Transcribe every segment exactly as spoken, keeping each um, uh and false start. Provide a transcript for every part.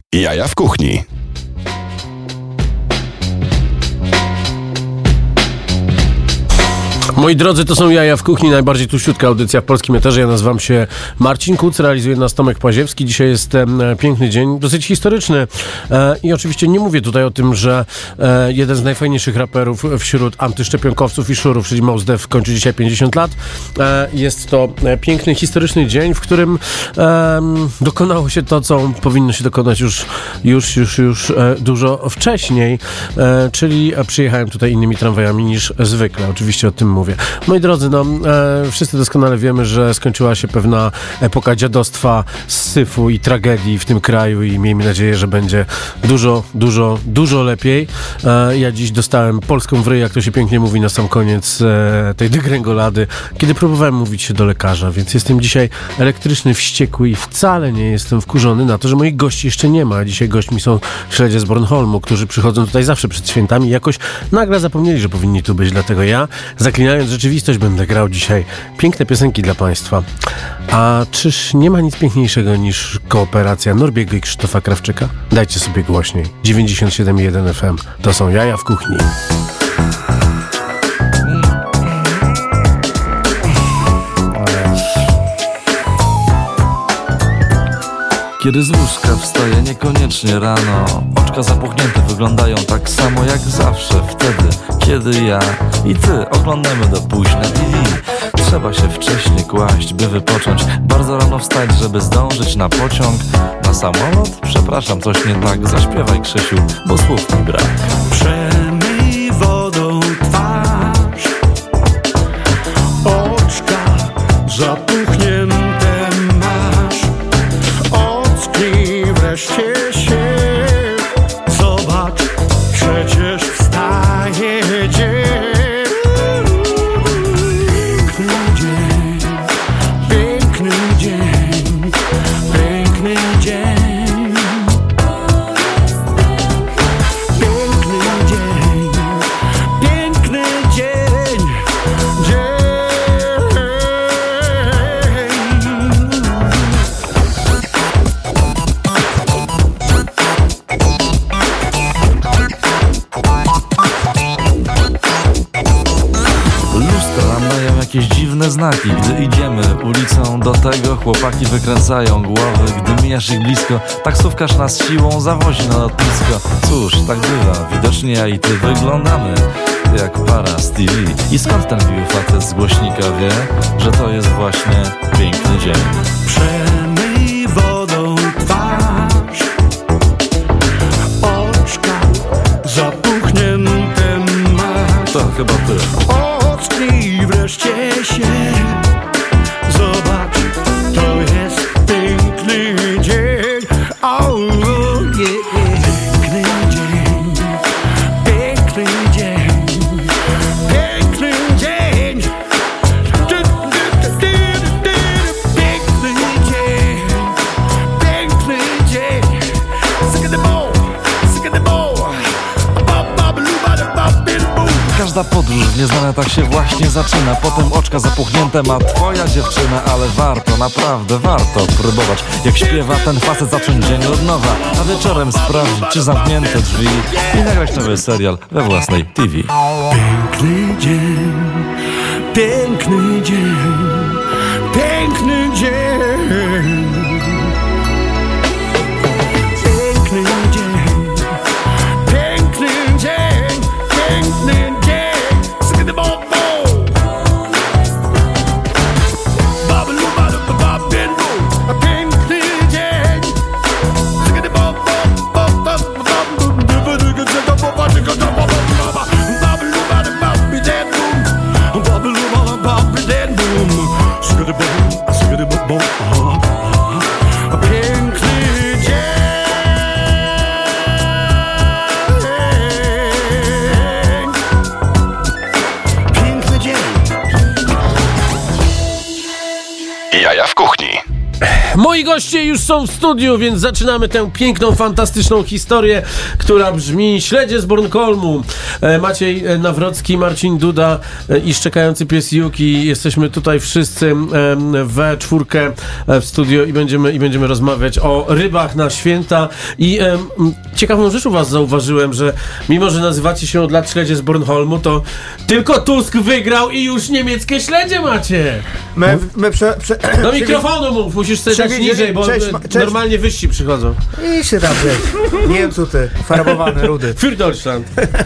Jaja w kuchni. Moi drodzy, to są Jaja w kuchni, najbardziej tuściutka audycja w polskim eterze. Ja nazywam się Marcin Kuc, realizuje nas Tomek Płaziewski. Dzisiaj jest e, piękny dzień, dosyć historyczny e, i oczywiście nie mówię tutaj o tym, że e, jeden z najfajniejszych raperów wśród antyszczepionkowców i szurów, czyli Mos Def, kończy dzisiaj pięćdziesiąt lat. E, jest to e, piękny, historyczny dzień, w którym e, dokonało się to, co powinno się dokonać już, już, już, już e, dużo wcześniej, e, czyli przyjechałem tutaj innymi tramwajami niż zwykle. Oczywiście o tym mówię. Moi drodzy, no e, wszyscy doskonale wiemy, że skończyła się pewna epoka dziadostwa, syfu i tragedii w tym kraju i miejmy nadzieję, że będzie dużo, dużo, dużo lepiej. E, ja dziś dostałem polską w ryj, jak to się pięknie mówi na sam koniec e, tej degrengolady, kiedy próbowałem mówić się do lekarza, więc jestem dzisiaj elektryczny, wściekły i wcale nie jestem wkurzony na to, że moich gości jeszcze nie ma. Dzisiaj gośćmi są śledzie z Bornholmu, którzy przychodzą tutaj zawsze przed świętami i jakoś nagle zapomnieli, że powinni tu być, dlatego ja, zaklinając rzeczywistość, będę grał dzisiaj piękne piosenki dla Państwa. A czyż nie ma nic piękniejszego niż kooperacja Norbiego i Krzysztofa Krawczyka? Dajcie sobie głośniej. dziewięćdziesiąt siedem i jeden F M. To są Jaja w kuchni. Kiedy z łóżka wstaję niekoniecznie rano, oczka zapuchnięte wyglądają tak samo jak zawsze wtedy, kiedy ja i ty oglądamy do późna T V. Trzeba się wcześnie kłaść, by wypocząć, bardzo rano wstać, żeby zdążyć na pociąg, na samolot. Przepraszam, coś nie tak, zaśpiewaj Krzysiu, bo słów mi brak. Przemyj wodą twarz, oczka zapuchnięte masz, ocknij wreszcie się, zobacz, przecież wstaje dzień. Piękny dzień, piękny dzień, piękny dzień, piękny dzień, dzień. Lustra nam dają jakieś dziwne znaki, gdy idziemy ulicą, do tego chłopaki wykręcają głowy, gdy mijasz ich blisko, taksówkarz nas siłą zawozi na lotnisko. Cóż, tak bywa, widocznie ja i ty wyglądamy jak para z T V. I skąd ten miły facet z głośnika wie, że to jest właśnie piękny dzień? Przemyj wodą twarz, oczka zapuchnięte masz, To chyba ty. ocknij wreszcie się, zobacz, to jest piękny dzień, oh yeah. Piękny dzień, piękny dzień, piękny dzień, du, du, du, du, du, piękny dzień, piękny dzień, sick of the ball, sick of the ball, ba, ba, blu, ba, da, ba, bin, boom. Każda podróż w nieznane tak się właśnie zaczyna. Potem oczka zapuchnięte ma twoja dziewczyna, ale warto, naprawdę warto próbować. Jak śpiewa ten facet, zacząć dzień od nowa, a wieczorem sprawdzić, czy zamknięte drzwi i nagrać nowy serial we własnej T V. Piękny dzień, piękny dzień, piękny dzień, piękny dzień, piękny dzień, piękny dzień, sick of the ball, ball. Babalu, babalu, babin, boom. Piękny dzień, sick of the ball, ball, ball, ball, ball, ball. Babalu, babalu, babin, boom. Babalu, babalu, babin, boom. Moi goście już są w studiu, więc zaczynamy tę piękną, fantastyczną historię, która brzmi: Śledzie z Bornholmu. E, Maciej Nawrocki, Marcin Duda e, i szczekający pies Yuki. Jesteśmy tutaj wszyscy e, we czwórkę e, w studio i będziemy, i będziemy rozmawiać o rybach na święta. I e, ciekawą rzecz u was zauważyłem, że mimo, że nazywacie się od lat Śledzie z Bornholmu, to tylko Tusk wygrał i już niemieckie śledzie macie. My, my prze, prze, Do mikrofonu mów, musisz sobie dać niżej, bo cześć, e, cześć. normalnie wyści przychodzą. I się tam wiesz. Nie wiem co ty, farbowany, rudy. Für Deutschland.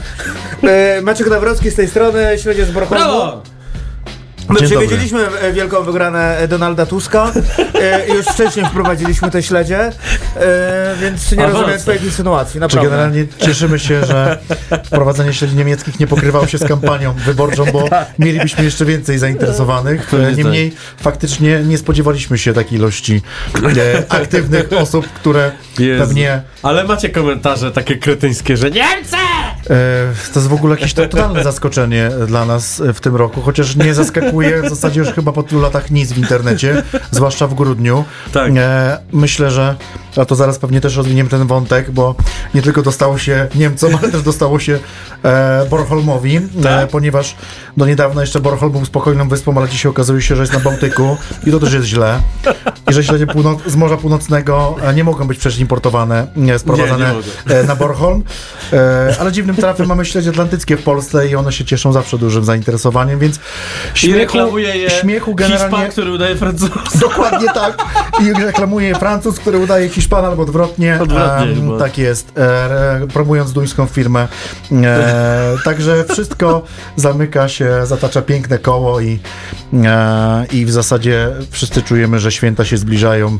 E, Maciek Nawrocki z tej strony, Śledzie z Bornholmu. Brawo! My Dzień przewidzieliśmy e, wielką wygraną Donalda Tuska. E, już wcześniej wprowadziliśmy te śledzie, e, więc nie Awans. rozumiem twoich insynuacji, Czy naprawdę. generalnie cieszymy się, że wprowadzenie śledzi niemieckich nie pokrywało się z kampanią wyborczą, bo mielibyśmy jeszcze więcej zainteresowanych. Pewnie Niemniej faktycznie nie spodziewaliśmy się takiej ilości e, aktywnych osób, które Jezu. pewnie... Ale macie komentarze takie kretyńskie, że Niemcy! E, to jest w ogóle jakieś totalne zaskoczenie dla nas w tym roku, chociaż nie zaskakuje w zasadzie już chyba po tylu latach nic w internecie, zwłaszcza w grudniu. Tak. E, myślę, że, a to zaraz pewnie też rozwiniemy ten wątek, bo nie tylko dostało się Niemcom, ale też dostało się e, Bornholmowi, Tak. e, ponieważ do niedawna jeszcze Bornholm był spokojną wyspą, ale dzisiaj okazuje się, że jest na Bałtyku i to też jest źle. I że śledzie północ- z Morza Północnego e, nie mogą być przecież importowane, nie, sprowadzane Nie, nie mogą. e, na Bornholm, e, ale dziwnym trafem mamy śledzie atlantyckie w Polsce i one się cieszą zawsze dużym zainteresowaniem, więc I śmiechu, reklamuje je śmiechu generalnie... Hiszpan, który udaje Francuza. Dokładnie tak. I reklamuje je Francuz, który udaje Hiszpana albo odwrotnie. Odwrotnie Em, chyba. tak jest. E, promując duńską firmę. E, także wszystko zamyka się, zatacza piękne koło i, e, i w zasadzie wszyscy czujemy, że święta się zbliżają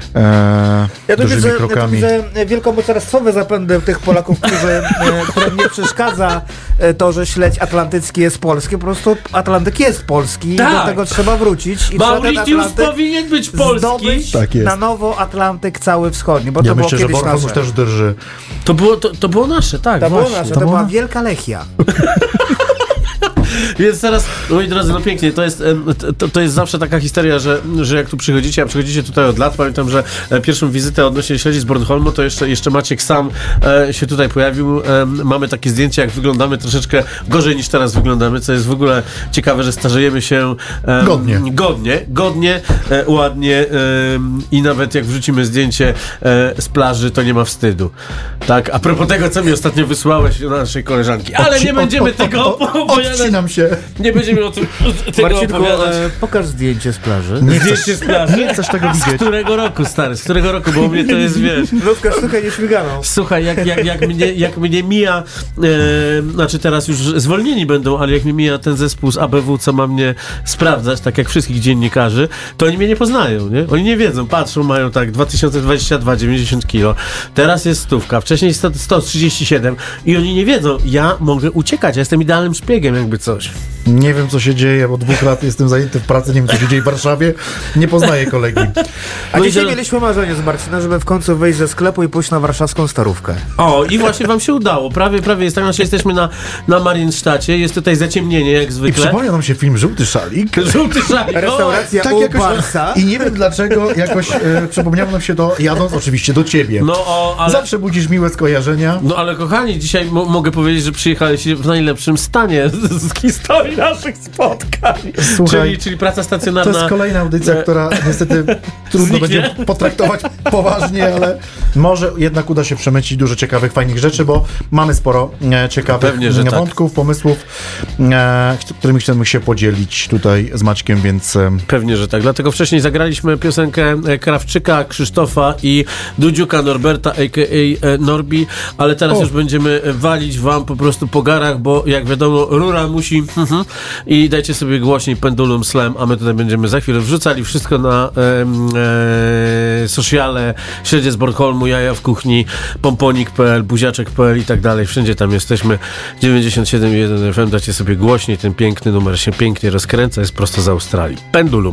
e, Ja tu dużymi widzę, ja tu krokami. widzę wielkomocarstwowe zapędy tych Polaków, którzy, e, którym nie przeszkadza e, to, że śledź atlantycki jest polski. Po prostu Atlantyk jest polski i Tak. do tego trzeba wrócić. I trzeba ten Mauritius Atlantyk powinien być polski. zdobyć Tak jest. na nowo Atlantyk cały wschodni, bo Ja to było myślę, że kiedyś Bornholm nasze. też drży. To było, to, to było nasze, tak, To było właśnie. nasze, To to, było była na- wielka Lechia. Więc teraz, moi drodzy, no pięknie, to jest, em, to, to jest zawsze taka historia, że, że jak tu przychodzicie, a przychodzicie tutaj od lat, pamiętam, że e, pierwszą wizytę odnośnie śledzi z Bornholmu, to jeszcze, jeszcze Maciek sam e, się tutaj pojawił. E, mamy takie zdjęcia, jak wyglądamy troszeczkę gorzej niż teraz wyglądamy, co jest w ogóle ciekawe, że starzejemy się e, Godnie. godnie, godnie e, ładnie e, i nawet jak wrzucimy zdjęcie e, z plaży, to nie ma wstydu. Tak, a propos tego, co mi ostatnio wysłałeś do naszej koleżanki, ale Odci- nie będziemy od- tego od- od- opowiadać. Odcinam się. Nie będziemy o tym tego Marcinku, opowiadać. e, pokaż zdjęcie z plaży. Nie Zdjęcie chcesz, z plaży? nie chcesz tego Z widzieć. którego roku, stary? Z którego roku? Bo u mnie to jest, wiesz... Ludzka sztuka nieśmiganą. Słuchaj, jak, jak, jak, mnie, jak mnie mija, e, znaczy teraz już zwolnieni będą, ale jak mi mija ten zespół z A B W, co ma mnie sprawdzać, tak jak wszystkich dziennikarzy, to oni mnie nie poznają, nie? Oni nie wiedzą, patrzą, mają tak dwa tysiące dwadzieścia dwa, dziewięćdziesiąt kilo, teraz jest stówka, wcześniej sto, sto trzydzieści siedem i oni nie wiedzą, ja mogę uciekać, ja jestem idealnym szpiegiem, jakby coś. Nie wiem, co się dzieje, bo dwóch lat jestem zajęty w pracy, nie wiem, co się dzieje w Warszawie. Nie poznaję kolegi. A No i dzisiaj teraz- mieliśmy marzenie z Marcina, żeby w końcu wyjść ze sklepu i pójść na warszawską Starówkę. O, i właśnie wam się udało, prawie, prawie jest tak, znaczy jesteśmy na, na Mariensztacie, jest tutaj zaciemnienie, jak I zwykle. przypomniał nam się film Żółty Szalik. Żółty szalik. O, Restauracja Tak u jakoś, Barsa. I nie wiem dlaczego, jakoś e, przypomniało nam się to, jadąc oczywiście do ciebie. No, o, ale... Zawsze budzisz miłe skojarzenia. No ale kochani, dzisiaj mo- mogę powiedzieć, że przyjechaliście w najlepszym stanie z, z historii naszych spotkań. Słuchaj, czyli, czyli praca To stacjonarna. jest kolejna audycja, e, która niestety trudno zniknie. będzie potraktować poważnie, ale może jednak uda się przemycić dużo ciekawych, fajnych rzeczy, bo mamy sporo e, ciekawych Pewnie, że e, tak. wątków, pomysłów, e, którymi chcemy się podzielić tutaj z Maćkiem, więc e, Pewnie, że tak. Dlatego wcześniej zagraliśmy piosenkę e, Krawczyka, Krzysztofa i Dudziuka Norberta, a k a. Norbi, ale teraz O. już będziemy walić wam po prostu po garach, bo jak wiadomo, rura musi mhm, i dajcie sobie głośniej Pendulum Slam, a my tutaj będziemy za chwilę wrzucali wszystko na em, e, sociale, Śledzie z Bornholmu, Jaja w kuchni, pomponik kropka p l, buziaczek kropka p l i tak dalej. Wszędzie tam jesteśmy. dziewięćdziesiąt siedem i jeden F M. Dacie sobie głośniej. Ten piękny numer się pięknie rozkręca. Jest prosto z Australii. Pendulum.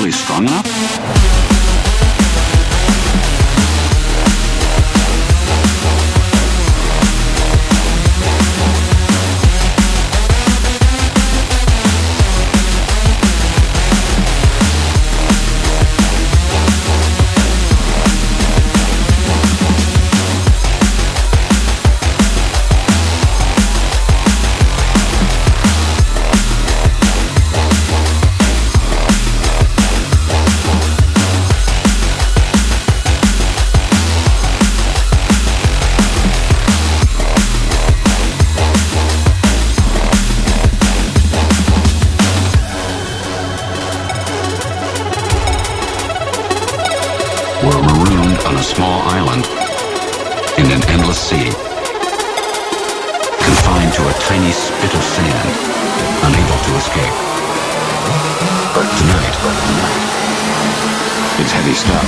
really strong enough? We're marooned on a small island in an endless sea, confined to a tiny spit of sand, unable to escape. But tonight, it's heavy stuff.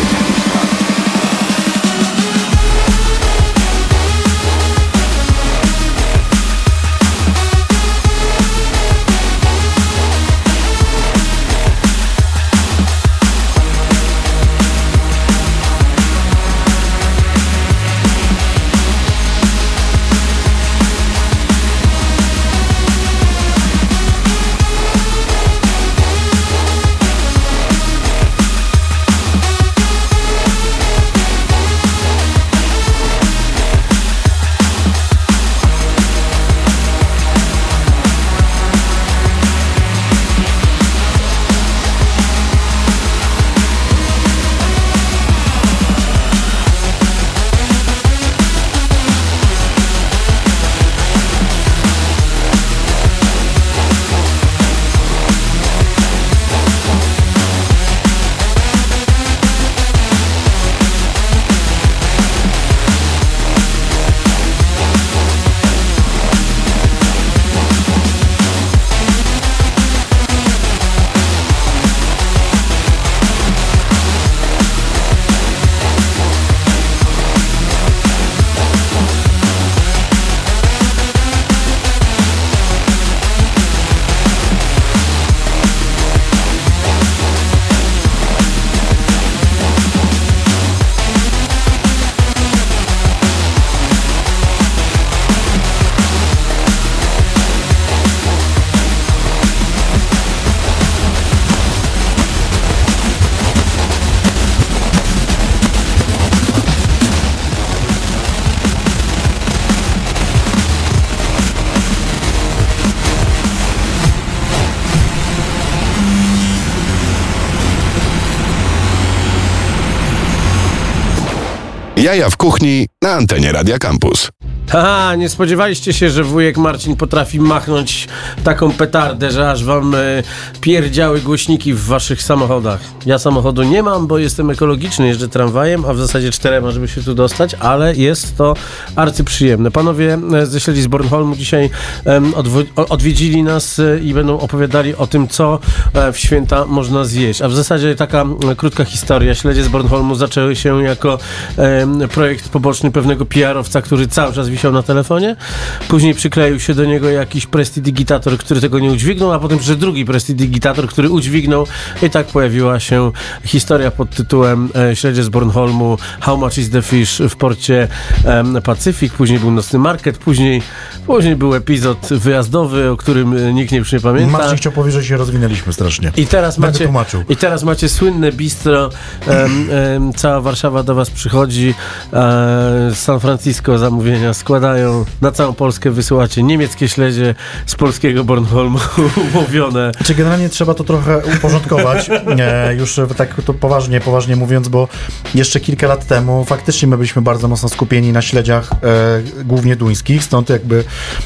Jaja w kuchni na antenie Radia Campus. Haha, nie spodziewaliście się, że wujek Marcin potrafi machnąć taką petardę, że aż wam e, pierdziały głośniki w waszych samochodach. Ja samochodu nie mam, bo jestem ekologiczny, jeżdżę tramwajem, a w zasadzie czterema, żeby się tu dostać, ale jest to arcyprzyjemne. Panowie ze Śledzi z Bornholmu dzisiaj e, odwo- odwiedzili nas e, i będą opowiadali o tym, co e, w święta można zjeść. A w zasadzie taka e, krótka historia. Śledzie z Bornholmu zaczęły się jako e, projekt poboczny pewnego P R-owca, który cały czas wisiał na telefonie. Później przykleił się do niego jakiś prestidigitator, który tego nie udźwignął, a potem przyszedł drugi prestidigitator, który udźwignął i tak pojawiła się historia pod tytułem e, Śledzie z Bornholmu, How much is the fish w porcie e, Pacyfik. Później był Nocny Market, później, później był epizod wyjazdowy, o którym nikt nie już nie pamięta. Marcin chciał powiedzieć, że się rozwinęliśmy strasznie. I teraz Będę macie, tłumaczył. I teraz macie słynne bistro. Um, um, cała Warszawa do was przychodzi. E, z San Francisco zamówienia składają. Na całą Polskę wysyłacie niemieckie śledzie z polskiego Bornholmu łowione. Czy generalnie trzeba to trochę uporządkować, e, już tak to poważnie, poważnie mówiąc, bo jeszcze kilka lat temu faktycznie my byliśmy bardzo mocno skupieni na śledziach e, głównie duńskich, stąd jakby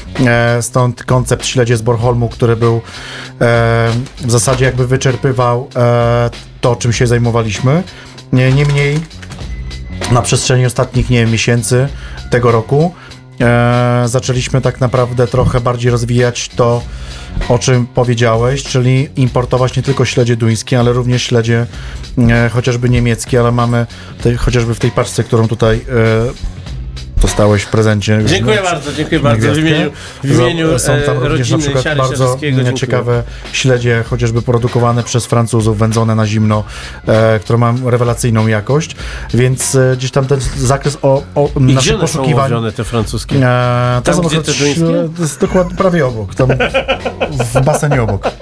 e, stąd koncept Śledzie z Bornholmu, który był e, w zasadzie jakby wyczerpywał e, to, czym się zajmowaliśmy. Nie, niemniej na przestrzeni ostatnich, nie wiem, miesięcy tego roku e, zaczęliśmy tak naprawdę trochę bardziej rozwijać to, o czym powiedziałeś, czyli importować nie tylko śledzie duńskie, ale również śledzie e, chociażby niemieckie, ale mamy te, chociażby w tej paczce, którą tutaj dostałeś w prezencie. Dziękuję bardzo, dziękuję bardzo w imieniu, w imieniu Są tam e, również na rodziny przykład Siary bardzo Siarskiego. ciekawe śledzie, chociażby produkowane przez Francuzów, wędzone na zimno, e, które mają rewelacyjną jakość, więc e, gdzieś tam ten zakres o, o I naszych gdzie one są poszukiwań. łowione, te francuskie? E, Tam, są gdzie akurat te duńskie? śle- To jest dokładnie prawie obok, tam w basenie obok.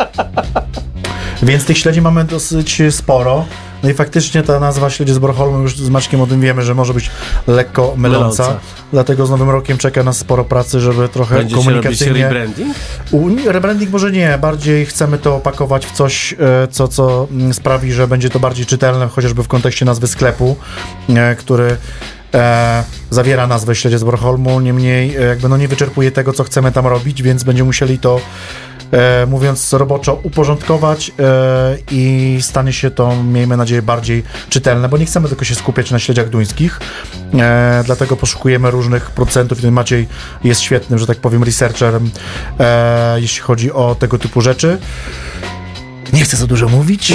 Więc tych śledzi mamy dosyć sporo. No i faktycznie ta nazwa śledzi z Bornholmu, już z Maćkiem o tym wiemy, że może być lekko myląca. Myląca. Dlatego z nowym rokiem czeka nas sporo pracy, żeby trochę Będziecie robić komunikacyjnie... rebranding? U, nie, rebranding może nie, bardziej chcemy to opakować w coś, e, co, co mm, sprawi, że będzie to bardziej czytelne, chociażby w kontekście nazwy sklepu, e, który e, zawiera nazwę śledzie z Bornholmu, niemniej e, jakby no nie wyczerpuje tego, co chcemy tam robić, więc będziemy musieli to E, mówiąc roboczo, uporządkować e, i stanie się to, miejmy nadzieję, bardziej czytelne, bo nie chcemy tylko się skupiać na śledziach duńskich, e, dlatego poszukujemy różnych producentów i ten Maciej jest świetnym, że tak powiem, researcherem, e, jeśli chodzi o tego typu rzeczy. Nie chcę za dużo mówić,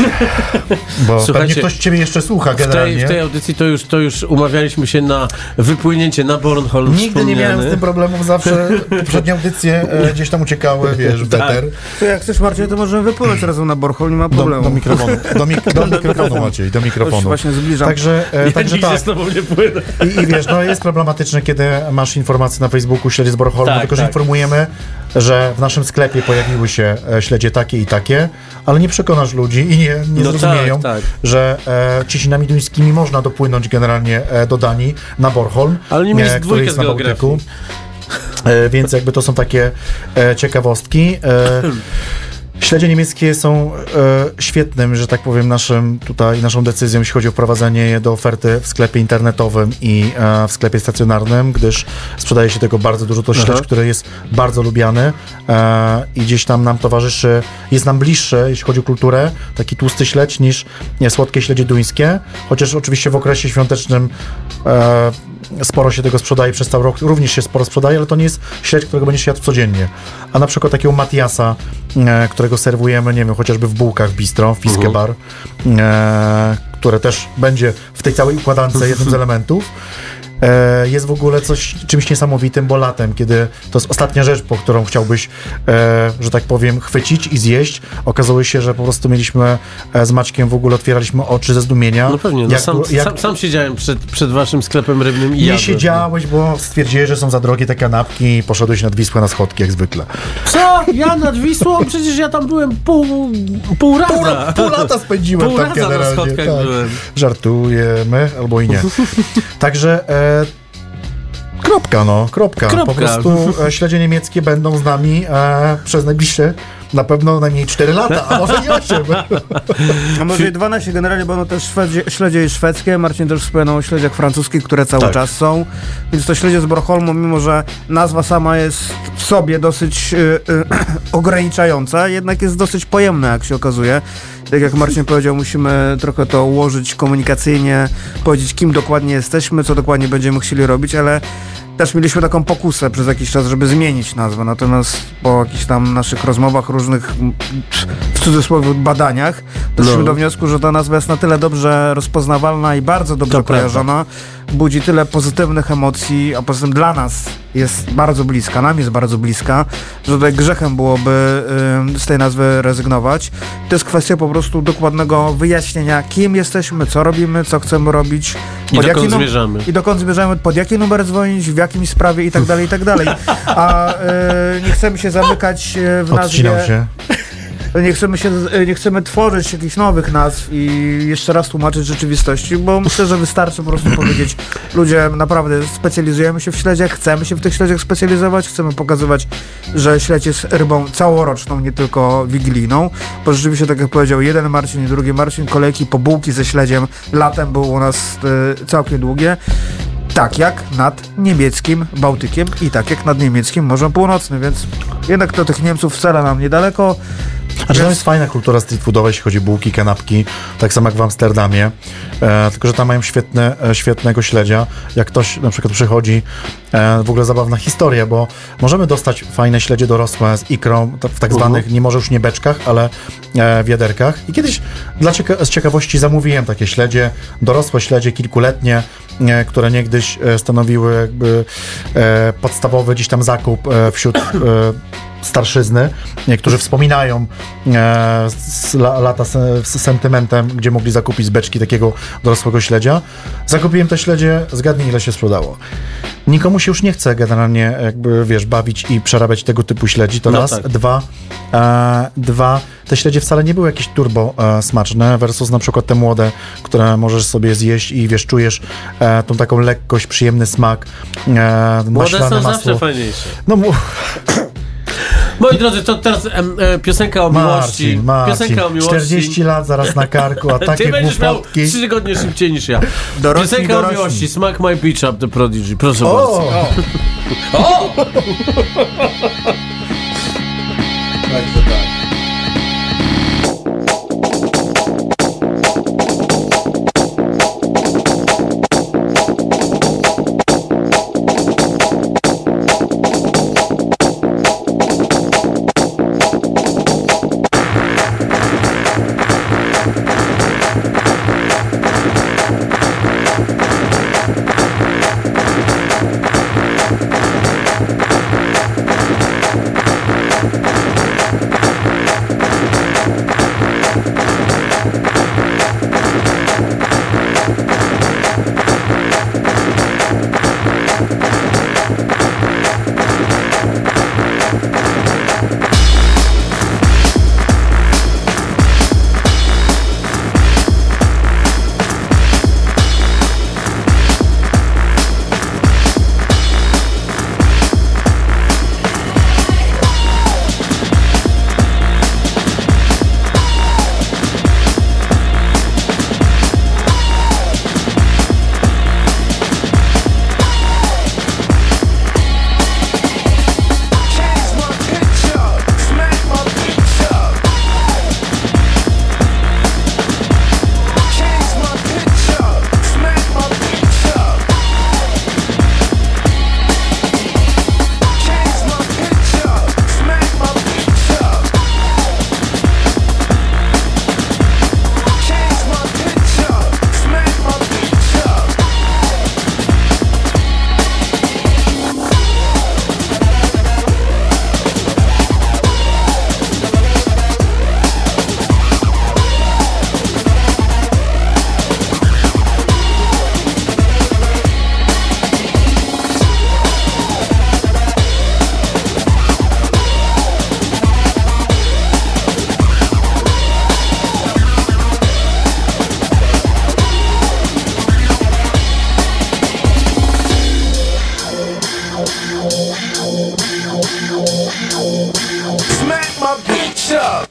bo Słuchajcie, pewnie ktoś ciebie jeszcze słucha W tej, generalnie. w tej audycji to już, to już umawialiśmy się na wypłynięcie na Bornholm Nigdy nie miałem z tym problemów, zawsze poprzednie audycje e, gdzieś tam uciekały, wiesz, w Tak. weter. To jak chcesz, Marcin, to możemy wypłynąć razem na Bornholm, nie ma Do, problemu. do mikrofonu, do, mik- do mikrofonu Maciej, do Już mikrofonu. właśnie zbliżam. Także, e, Ja także nigdzie tak. z tobą nie płynę. I, I wiesz, no jest problematyczne, kiedy masz informacje na Facebooku śledzie z Bornholmu, Tak, tylko że tak. informujemy, że w naszym sklepie pojawiły się e, śledzie takie i takie, ale nie przekonasz ludzi i nie, nie No zrozumieją, tak, tak. że e, cieśninami duńskimi można dopłynąć generalnie e, do Danii na Bornholm, Ale nie mieli e, który dwójkę jest z na geografii. Bałtyku. E, więc jakby to są takie e, ciekawostki. E, Śledzie niemieckie są e, świetnym, że tak powiem, naszym tutaj, naszą decyzją, jeśli chodzi o wprowadzenie je do oferty w sklepie internetowym i e, w sklepie stacjonarnym, gdyż sprzedaje się tego bardzo dużo. To śledź, Aha. który jest bardzo lubiany e, i gdzieś tam nam towarzyszy, jest nam bliższy, jeśli chodzi o kulturę, taki tłusty śledź niż nie, słodkie śledzie duńskie, chociaż oczywiście w okresie świątecznym e, sporo się tego sprzedaje przez cały rok, również się sporo sprzedaje, ale to nie jest śledź, którego będziesz jadł codziennie. A na przykład takiego Matiasa, e, którego serwujemy, nie wiem, chociażby w bułkach w bistro, w Fiskebar, e, które też będzie w tej całej układance jednym z elementów, e, jest w ogóle coś, czymś niesamowitym, bo latem, kiedy to jest ostatnia rzecz, po którą chciałbyś, e, że tak powiem, chwycić i zjeść, okazało się, że po prostu mieliśmy e, z Maćkiem w ogóle, otwieraliśmy oczy ze zdumienia. No pewnie, no jak, sam, jak, sam, sam siedziałem przed, przed waszym sklepem rybnym i nie jadłem. siedziałeś, bo stwierdziłeś, że są za drogie te kanapki i poszedłeś nad Wisłę na schodki, jak zwykle. Co? Ja nad Wisłą? Przecież ja tam byłem pół, pół raza. Pół, la- pół lata spędziłem Pół tam raza na generalnie. schodkach Tak. byłem. Żartujemy, albo i nie. Także e, kropka, no, kropka. Kropka. Po prostu e, śledzie niemieckie będą z nami e, przez najbliższe na pewno najmniej cztery lata, a może i osiem. A może i dwanaście, generalnie będą też szwedzie, śledzie szwedzkie. Marcin też wspominał o śledziach francuskich, które cały Tak. czas są. Więc to śledzie z Bornholmu, mimo że nazwa sama jest w sobie dosyć y, y, ograniczająca, jednak jest dosyć pojemna, jak się okazuje. Tak jak Marcin powiedział, musimy trochę to ułożyć komunikacyjnie, powiedzieć, kim dokładnie jesteśmy, co dokładnie będziemy chcieli robić, ale też mieliśmy taką pokusę przez jakiś czas, żeby zmienić nazwę, natomiast po jakichś tam naszych rozmowach, różnych w cudzysłowie badaniach, doszliśmy No. do wniosku, że ta nazwa jest na tyle dobrze rozpoznawalna i bardzo dobrze To kojarzona, budzi tyle pozytywnych emocji, a poza tym dla nas jest bardzo bliska, nam jest bardzo bliska, że tutaj grzechem byłoby y, z tej nazwy rezygnować. To jest kwestia po prostu dokładnego wyjaśnienia, kim jesteśmy, co robimy, co chcemy robić, I pod dokąd jaki nu- zmierzamy. i dokąd zmierzamy, pod jaki numer dzwonić, w jakiej sprawie i tak dalej, i tak dalej. A y, nie chcemy się zamykać y, w Odcinał nazwie... się. Nie chcemy, się, nie chcemy tworzyć jakichś nowych nazw i jeszcze raz tłumaczyć rzeczywistości, bo myślę, że wystarczy po prostu powiedzieć, ludzie, naprawdę specjalizujemy się w śledziach, chcemy się w tych śledziach specjalizować, chcemy pokazywać, że śledź jest rybą całoroczną, nie tylko wigilijną, bo rzeczywiście, tak jak powiedział jeden Marcin i drugi Marcin, kolejki po bułki ze śledziem latem były u nas y, całkiem długie. Tak jak nad niemieckim Bałtykiem i tak jak nad niemieckim Morzem Północnym, więc jednak do tych Niemców wcale nam niedaleko. A tam jest fajna kultura street foodowa, jeśli chodzi o bułki, kanapki, tak samo jak w Amsterdamie, e, tylko że tam mają świetne, e, świetnego śledzia. Jak ktoś na przykład przychodzi, e, w ogóle zabawna historia, bo możemy dostać fajne śledzie dorosłe z ikrą, t- w tak zwanych, nie może już nie beczkach, ale e, wiaderkach. I kiedyś dla cieka- z ciekawości zamówiłem takie śledzie, dorosłe śledzie, kilkuletnie, e, które niegdyś e, stanowiły jakby e, podstawowy gdzieś tam zakup e, wśród e, starszyzny, którzy wspominają e, z la, lata z, z sentymentem, gdzie mogli zakupić z beczki takiego dorosłego śledzia. Zakupiłem te śledzie, zgadnij ile się sprzedało. Nikomu się już nie chce generalnie jakby, wiesz, bawić i przerabiać tego typu śledzi, to No raz. tak. Dwa, e, dwa, te śledzie wcale nie były jakieś turbo e, smaczne versus na przykład te młode, które możesz sobie zjeść i wiesz, czujesz e, tą taką lekkość, przyjemny smak, e, Młode maślane są masło. zawsze fajniejsze. No, mu- Moi drodzy, to teraz em, e, piosenka o miłości. Marcin, Marcin, Piosenka o miłości. czterdzieści lat zaraz na karku, a Ty takie będziesz miał głupotki. trzy tygodnie szybciej niż ja. Dorośli, Piosenka o dorośli. miłości. Smack my bitch up the prodigy. Proszę bardzo. O! Także tak. Smack my bitch up.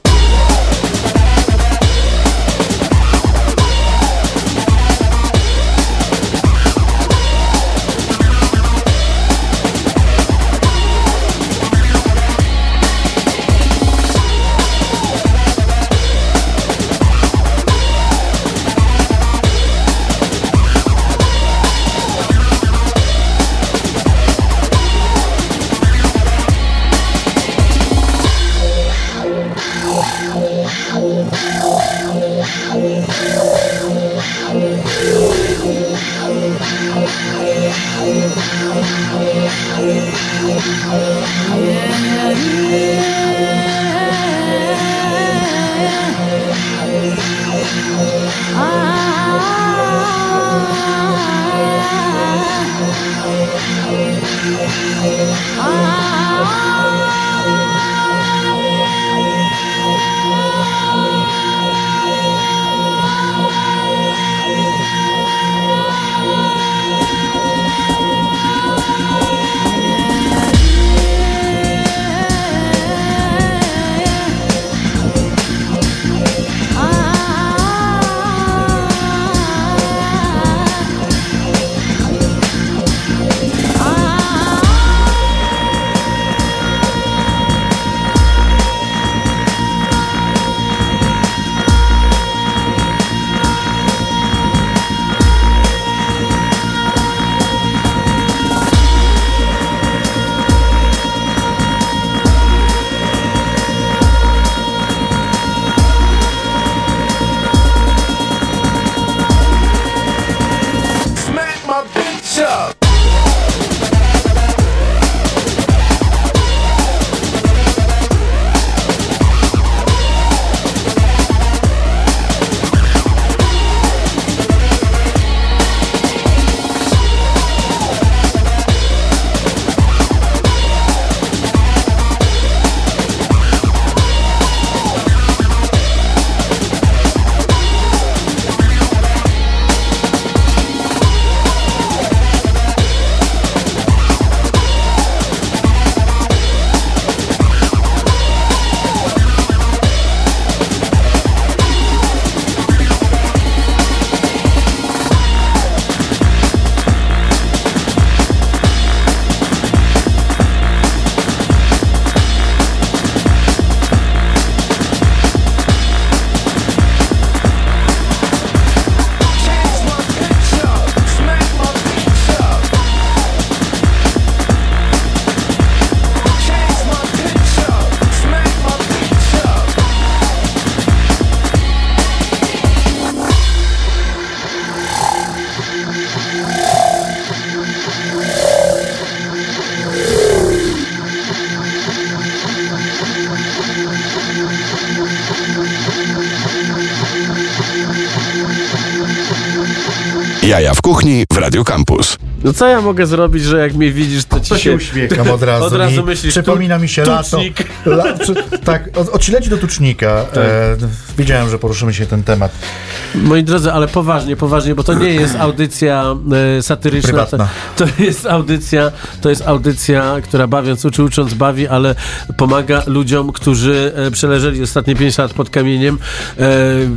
Jaja w kuchni w Radio Campus. No co ja mogę zrobić, że jak mnie widzisz, to ci To się się... uśmiecham od razu. Od razu I myślisz, przypomina tu- mi się tucznik. lato. La, przy, tak, od, od śledzi do tucznika. E, wiedziałem, że poruszymy się ten temat. Moi drodzy, ale poważnie, poważnie, bo to nie jest audycja e, satyryczna. Prywatna. To, to jest audycja, to jest audycja, która bawiąc uczy, ucząc bawi, ale pomaga ludziom, którzy e, przeleżeli ostatnie pięć lat pod kamieniem, e,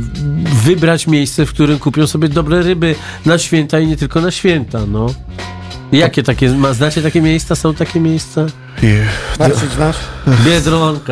wybrać miejsce, w którym kupią sobie dobre ryby na święta i nie tylko na święta, no. Jakie takie, ma, znacie takie miejsca? Są takie miejsca? Marcin, znasz? Biedronka.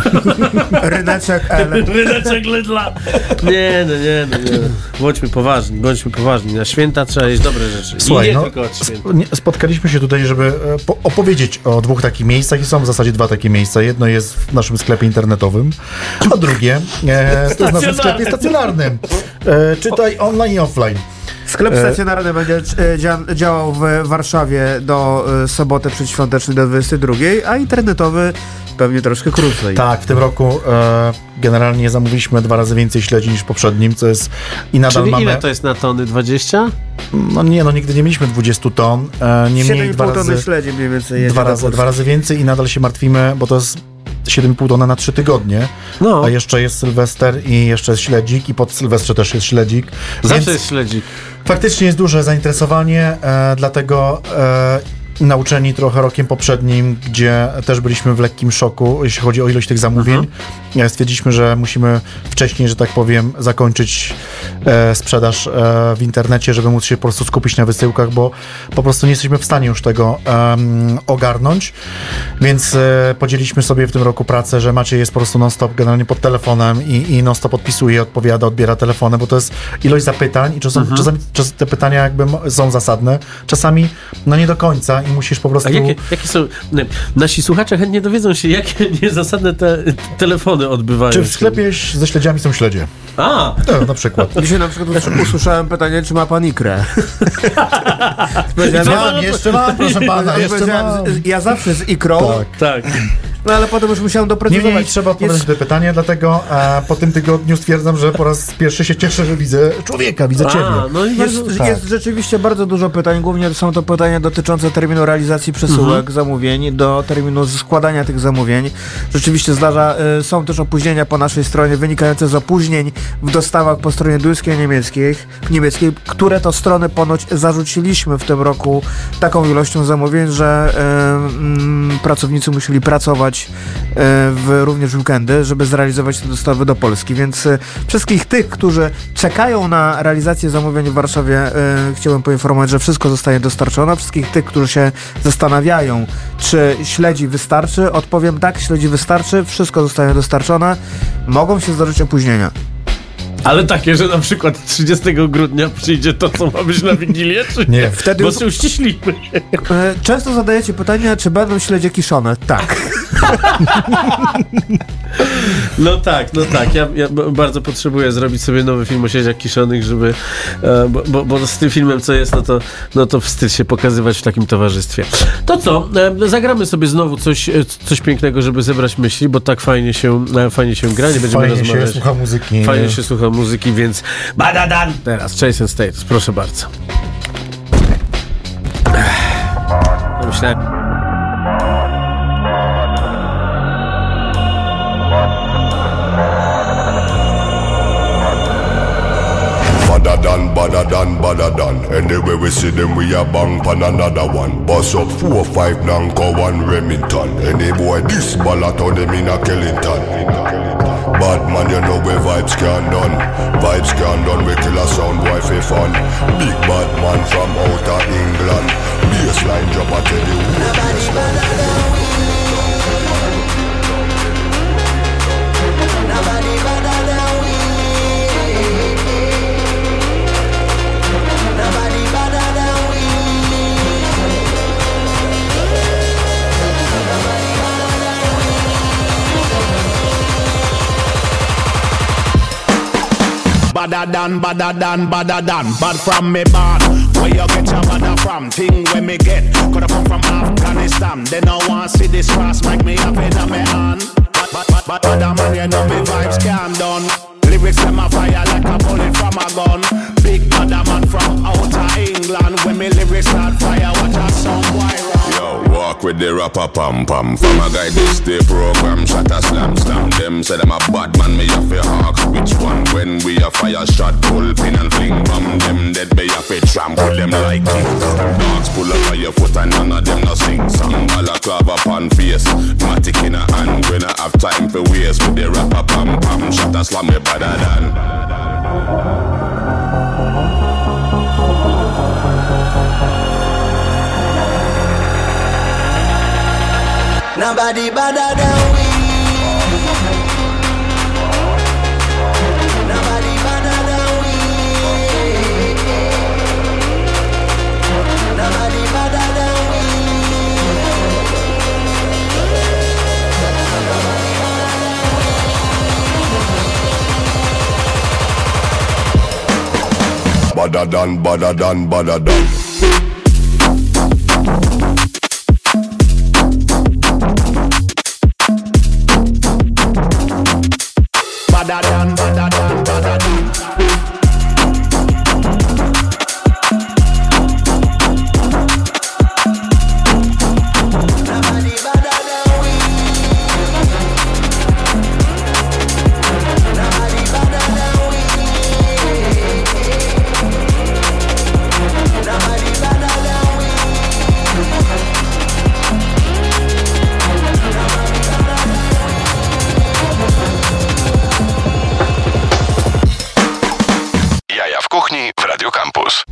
Ryneczek L. Ryneczek Lidla. Nie, no nie, no nie. Bądźmy poważni, bądźmy poważni. Na święta trzeba jeść dobre rzeczy. Słuchaj, I nie no, tylko od święta. sp- nie- spotkaliśmy się tutaj, żeby e, po- opowiedzieć o dwóch takich miejscach i są w zasadzie dwa takie miejsca. Jedno jest w naszym sklepie internetowym, a drugie e, to jest w naszym sklepie stacjonarnym. E, czytaj online i offline. Sklep stacjonarny będzie e, dzia- działał w Warszawie do e, soboty przedświątecznej do dwudziestej drugiej, a internetowy pewnie troszkę krócej. Tak, w tym roku e, generalnie zamówiliśmy dwa razy więcej śledzi niż w poprzednim, co jest i nadal Czyli mamy... ile to jest na tony? dwadzieścia? No nie, no nigdy nie mieliśmy dwudziestu ton, e, niemniej siedem i dwa pół tony razy, śledzi mniej więcej jedzie dwa, do razy, Polski. dwa razy więcej i nadal się martwimy, bo to jest siedem i pół tony na trzy tygodnie, No, a jeszcze jest Sylwester i jeszcze jest śledzik i pod Sylwestrze też jest śledzik. zawsze Więc jest śledzik. faktycznie jest duże zainteresowanie, e, dlatego e, nauczeni trochę rokiem poprzednim, gdzie też byliśmy w lekkim szoku, jeśli chodzi o ilość tych zamówień. E, Stwierdziliśmy, że musimy wcześniej, że tak powiem, zakończyć e, sprzedaż e, w internecie, żeby móc się po prostu skupić na wysyłkach, bo po prostu nie jesteśmy w stanie już tego em, ogarnąć. Więc e, podzieliliśmy sobie w tym roku pracę, że Maciej jest po prostu non-stop generalnie pod telefonem i, i non-stop odpisuje, odpowiada, odbiera telefony, bo to jest ilość zapytań i czasami, czasami czas, te pytania jakby m- są zasadne, czasami no nie do końca i musisz po prostu... A jakie, jakie są... nie, Nasi słuchacze chętnie dowiedzą się, jakie niezasadne te telefony odbywają Czy w się. sklepie ze śledziami są śledzie? A! No, na przykład. Dzisiaj na przykład us- usłyszałem pytanie, czy ma pan ikrę. Powiedziałem, Mam, jeszcze mam, proszę pana, jeszcze powiedziałem, mam. z- ja zawsze z ikrą, Tak. Tak. no ale potem już musiałem Nie, doprecyzować. nie, nie trzeba odpowiadać Jest- na te pytania, dlatego e, po tym tygodniu stwierdzam, że po raz pierwszy się cieszę, że widzę człowieka, widzę ciebie. A, no i Jest, bardzo... tak. jest rzeczywiście bardzo dużo pytań, głównie są to pytania dotyczące terminu realizacji przesyłek, Mhm. zamówień, do terminu składania tych zamówień. Rzeczywiście zdarza, y, są też opóźnienia po naszej stronie, wynikające z opóźnień w dostawach po stronie duńskiej i niemieckiej, niemieckiej, które to strony ponoć zarzuciliśmy w tym roku taką ilością zamówień, że y, mm, pracownicy musieli pracować y, w, również w weekendy, żeby zrealizować te dostawy do Polski, więc y, wszystkich tych, którzy czekają na realizację zamówień w Warszawie, y, chciałbym poinformować, że wszystko zostanie dostarczone. Wszystkich tych, którzy się zastanawiają, czy śledzi wystarczy, odpowiem tak, śledzi wystarczy, wszystko zostanie dostarczone. Mogą się zdarzyć opóźnienia. Ale takie, że na przykład trzydziestego grudnia przyjdzie to, co ma być na Wigilię, czy Nie, Wtedy Bo już, się uściślimy. e, często zadajecie pytanie, czy będą śledzie kiszone. Tak. No tak, no tak. Ja, ja b- bardzo potrzebuję zrobić sobie nowy film o śledziach kiszonych, żeby... E, bo, bo, bo z tym filmem, co jest, no to, no to wstyd się pokazywać w takim towarzystwie. To co? E, zagramy sobie znowu coś, e, coś pięknego, żeby zebrać myśli, bo tak fajnie się, e, fajnie się gra, nie będziemy fajnie się rozmawiać. słucha muzyki. Fajnie się słucha muzyki, więc badadan! Teraz Chase and Status, proszę bardzo. Ech, Myślałem... Badder than, badder than, badder than. Anyway we see them, we a bang pan another one. Bust up four, five, Nanko, one Remington. Any boy this ballot on them in a Kellington. Bad man, you know where vibes can done. Vibes can done, we kill a sound boy for fun. Big bad man from outer England. Bassline drop, I tell you. Nobody better than we. Nobody better than we. Nobody better than we. Badder than, badder than, badder than. Bad from me bad. Where you get your badder from? Thing where me get. Coulda come from Afghanistan. They don't want see this cross make me up in my hand. But, but, but, badder man, you know me vibes can done. Lyrics them a fire like a bullet from a gun. Big badder man from outer the rapper pam pam. From a guy this the program shot a slam slam. Them say them a bad man, me have to ask which one. When we a fire shot, pull pin and fling bomb. Them dead me have to trample them like kings. Dogs pull up on your foot and none of them no sing song. Balaclava pan face, matic in a hand. When I have time for waste with the rapper pam pam. Shot a slam me better than. Nobody better than we. Nobody better than we. Nobody better than we. Badder than, badder than, badder than. Badder than, badder than, badder than. Nobody better than we. Nobody better than we. Nobody better than we. Jaja w kuchni w Radio Campus.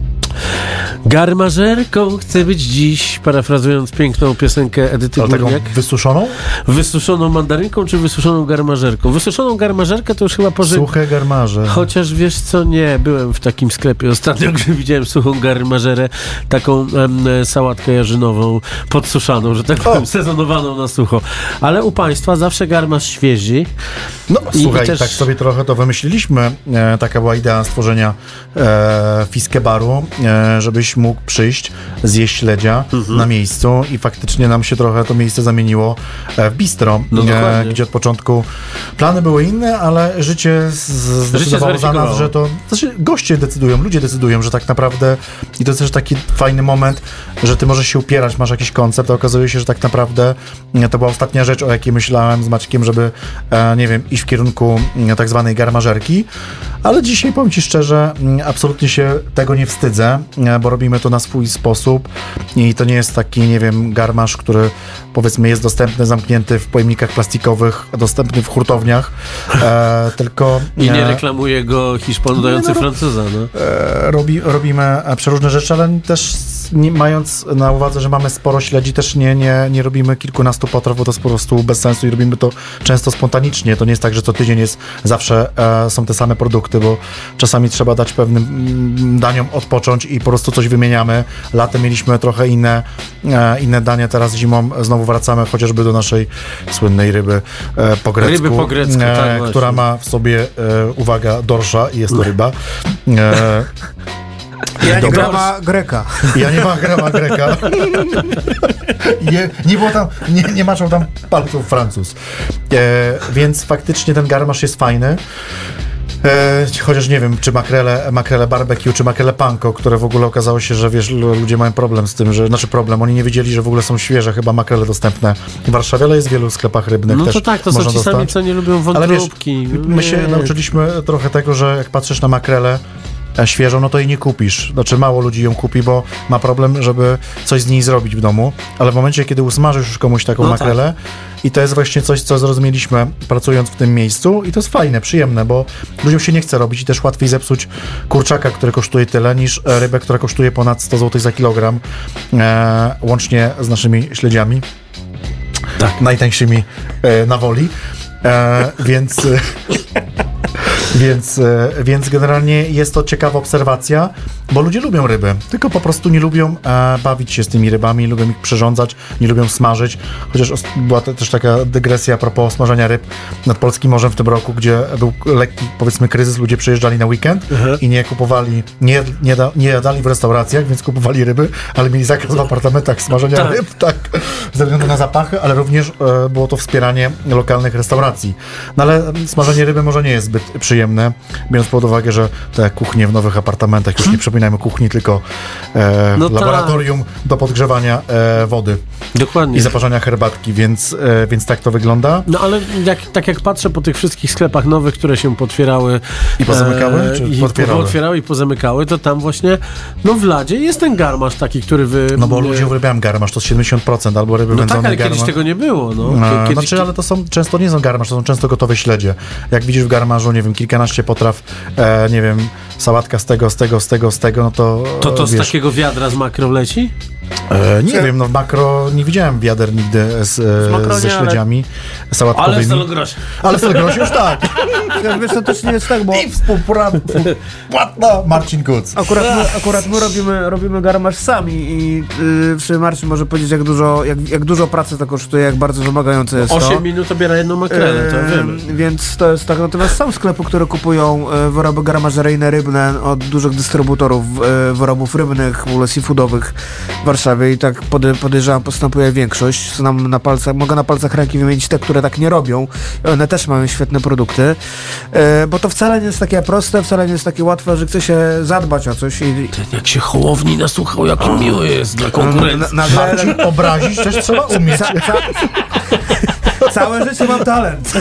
Garmażerką chcę być dziś, parafrazując piękną piosenkę Edyty Ale taką Górniak. wysuszoną? Wysuszoną mandarynką czy wysuszoną garmażerką? Wysuszoną garmażerkę to już chyba pożeg... Suche garmarze. Chociaż wiesz co, nie, byłem w takim sklepie ostatnio, gdzie widziałem suchą garmażerę, taką em, sałatkę jarzynową, podsuszaną, że tak powiem, sezonowaną na sucho. Ale u państwa zawsze garmaż świeży. No I- słuchaj, i też- tak sobie trochę to wymyśliliśmy. E, taka była idea stworzenia e, fiskebaru, e, żebyś mógł przyjść, zjeść śledzia Mhm. na miejscu i faktycznie nam się trochę to miejsce zamieniło e, w bistro, No dokładnie. gdzie od początku plany były inne, ale życie z- zdecydowało za nas, zweryfikowało. że to... Znaczy goście decydują, ludzie decydują, że tak naprawdę i to jest też taki fajny moment, że ty możesz się upierać, masz jakiś koncept, a okazuje się, że tak naprawdę e, to była ostatnia rzecz, o jakiej myślałem z Maćkiem, żeby, e, nie wiem, iść w kierunku e, tak zwanej garmażerki, ale dzisiaj powiem ci szczerze, m, absolutnie się tego nie wstydzę, e, bo robimy to na swój sposób i to nie jest taki, nie wiem, garmaż, który powiedzmy jest dostępny, zamknięty w pojemnikach plastikowych, dostępny w hurtowniach, e, tylko... I nie e, reklamuje go Hiszpan dający no, no. Francuza, no. E, robi, robimy e, przeróżne rzeczy, ale też nie, mając na uwadze, że mamy sporo śledzi, też nie, nie, nie robimy kilkunastu potraw, bo to jest po prostu bez sensu i robimy to często spontanicznie. To nie jest tak, że co tydzień jest zawsze e, są te same produkty, bo czasami trzeba dać pewnym mm, daniom odpocząć i po prostu coś wymieniamy. Latem mieliśmy trochę inne, e, inne dania, teraz zimą znowu wracamy chociażby do naszej słynnej ryby e, po grecku, Ryby po grecku, e, tak właśnie. która ma w sobie, e, uwaga, dorsza i jest to ryba. E, Ja nie Dobra. grama Greka. Ja nie ma grama Greka. Nie, nie było tam, nie, nie maczał tam palców Francuz. E, więc faktycznie ten garmasz jest fajny. E, chociaż nie wiem, czy makrele, makrele barbecue, czy makrele panko, które w ogóle okazało się, że wiesz, lu- ludzie mają problem z tym, że, znaczy problem, oni nie wiedzieli, że w ogóle są świeże chyba makrele dostępne w Warszawie, ale jest w wielu sklepach rybnych No też to tak, to są można ci sami, dostać. co nie lubią Ale wiesz, wątróbki. my się Nie. nauczyliśmy trochę tego, że jak patrzysz na makrelę e, świeżą, no to jej nie kupisz. Znaczy mało ludzi ją kupi, bo ma problem, żeby coś z niej zrobić w domu, ale w momencie, kiedy usmażysz już komuś taką No makrelę i to jest właśnie coś, co zrozumieliśmy pracując w tym miejscu i to jest fajne, przyjemne, bo ludziom się nie chce robić i też łatwiej zepsuć kurczaka, który kosztuje tyle, niż e, rybę, która kosztuje ponad sto złotych za kilogram, e, łącznie z naszymi śledziami. Tak. Najtańszymi e, na woli. E, więc... E, Więc, e, więc generalnie jest to ciekawa obserwacja, bo ludzie lubią ryby, tylko po prostu nie lubią e, bawić się z tymi rybami, lubią ich przyrządzać, nie lubią smażyć, chociaż os- była te, też taka dygresja a propos smażenia ryb nad Polskim Morzem w tym roku, gdzie był lekki, powiedzmy, kryzys, ludzie przyjeżdżali na weekend i nie kupowali, nie, nie, da, nie jadali w restauracjach, więc kupowali ryby, ale mieli zakaz w apartamentach smażenia Tak. ryb, tak, ze względu na zapachy, ale również e, było to wspieranie lokalnych restauracji. No ale smażenie ryby może nie jest zbyt przyjemne, przyjemne, biorąc pod uwagę, że te kuchnie w nowych apartamentach, już nie przypominajmy kuchni, tylko e, No laboratorium do podgrzewania e, wody Dokładnie. i zaparzania herbatki, więc, e, więc tak to wygląda. No ale jak, tak jak patrzę po tych wszystkich sklepach nowych, które się potwierały I pozamykały, czy i potwierały? potwierały i pozamykały, to tam właśnie, no w Ladzie jest ten garmasz taki, który wy... No bo ludzie uwielbiają garmasz, to siedemdziesiąt procent, albo ryby No wędzone tak, ale garmasz. kiedyś tego nie było, no. E, Kiedyś, znaczy, ale to są często nie są garmasz, to są często gotowe śledzie. Jak widzisz w garmarzu, nie wiem, kilkanaście potraw, e, nie wiem, sałatka z tego, z tego, z tego, z tego, no to To to z wiesz, takiego wiadra z makro leci? E, nie wiem, no w makro nie widziałem wiader nigdy z, e, makro ze nie, ale- śledziami sałatkowymi. Ale w Salogrosie. Ale w Salogrosie już tak. Ja, wiesz, to też nie jest tak, bo I współpłatna Marcin Kuc. akurat my, akurat my robimy, robimy garmasz sami i yy, przy Marcin może powiedzieć, jak dużo, jak, jak dużo pracy to kosztuje, jak bardzo wymagające jest to. osiem minut obiera jedną makrelę, to Eee, wiemy. Więc to jest tak. Natomiast są sklepy, które kupują e, wyroby garmażeryjne rybne od dużych dystrybutorów e, wyrobów rybnych, w ogóle seafoodowych w Warszawie i tak pode, podejrzewam postępuje większość. Znam na palcach, mogę na palcach ręki wymienić te, które tak nie robią. One też mają świetne produkty, e, bo to wcale nie jest takie proste, wcale nie jest takie łatwe, że chce się zadbać o coś i Jak się Hołowni nasłuchał, jaki miły jest dla konkurencji. na, nagle Marcin, obrazić też trzeba umieć. Ca, ca, całe życie mam talent.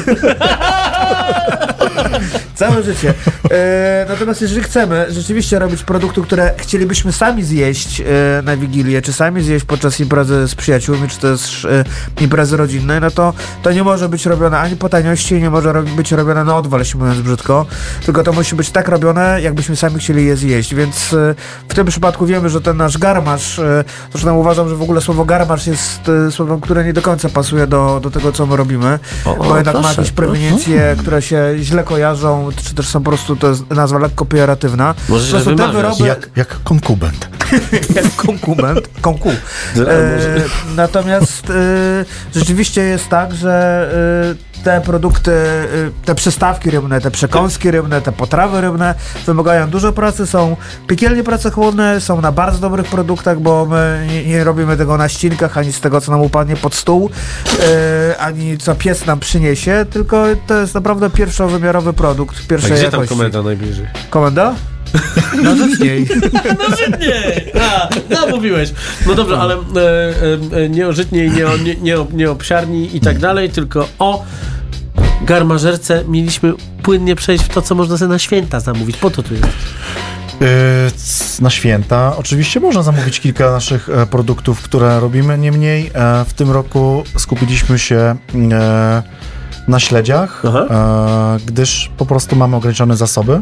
Całe życie. E, natomiast jeżeli chcemy rzeczywiście robić produkty, które chcielibyśmy sami zjeść e, na Wigilię, czy sami zjeść podczas imprezy z przyjaciółmi, czy też e, imprezy rodzinnej, no to to nie może być robione ani po taniości, nie może ro- być robione na odwal, jeśli mówiąc brzydko, tylko to musi być tak robione, jakbyśmy sami chcieli je zjeść, więc e, w tym przypadku wiemy, że ten nasz garmasz, e, zresztą uważam, że w ogóle słowo garmasz jest e, słowem, które nie do końca pasuje do, do tego, co my robimy, O, bo jednak ma proszę. jakieś proweniencje, które się źle kojarzą, czy też są po prostu, to jest nazwa lekko pejoratywna. Może Po prostu źle te wymawiasz. wyroby, Jak, jak konkubent. jak konkument, konku. E, natomiast e, rzeczywiście jest tak, że e, te produkty, e, te przystawki rybne, te przekąski rybne, te potrawy rybne wymagają dużo pracy, są piekielnie pracochłonne, są na bardzo dobrych produktach, bo my nie, nie robimy tego na ścinkach, ani z tego, co nam upadnie pod stół, e, ani co pies nam przyniesie, tylko to jest naprawdę pierwszowymiarowy produkt, A pierwszej gdzie tam jakości. komenda najbliżej? Komenda? No rzeczniej. No żytniej! A, no mówiłeś. No dobrze, ale e, e, nie o żytniej, nie o, nie, nie, o, nie o psiarni i tak dalej, tylko o garmażerce mieliśmy płynnie przejść w to, co można sobie na święta zamówić. Po to tu jest. Yy, c- na święta oczywiście można zamówić kilka naszych e, produktów, które robimy, niemniej e, w tym roku skupiliśmy się e, na śledziach, Aha. e, gdyż po prostu mamy ograniczone zasoby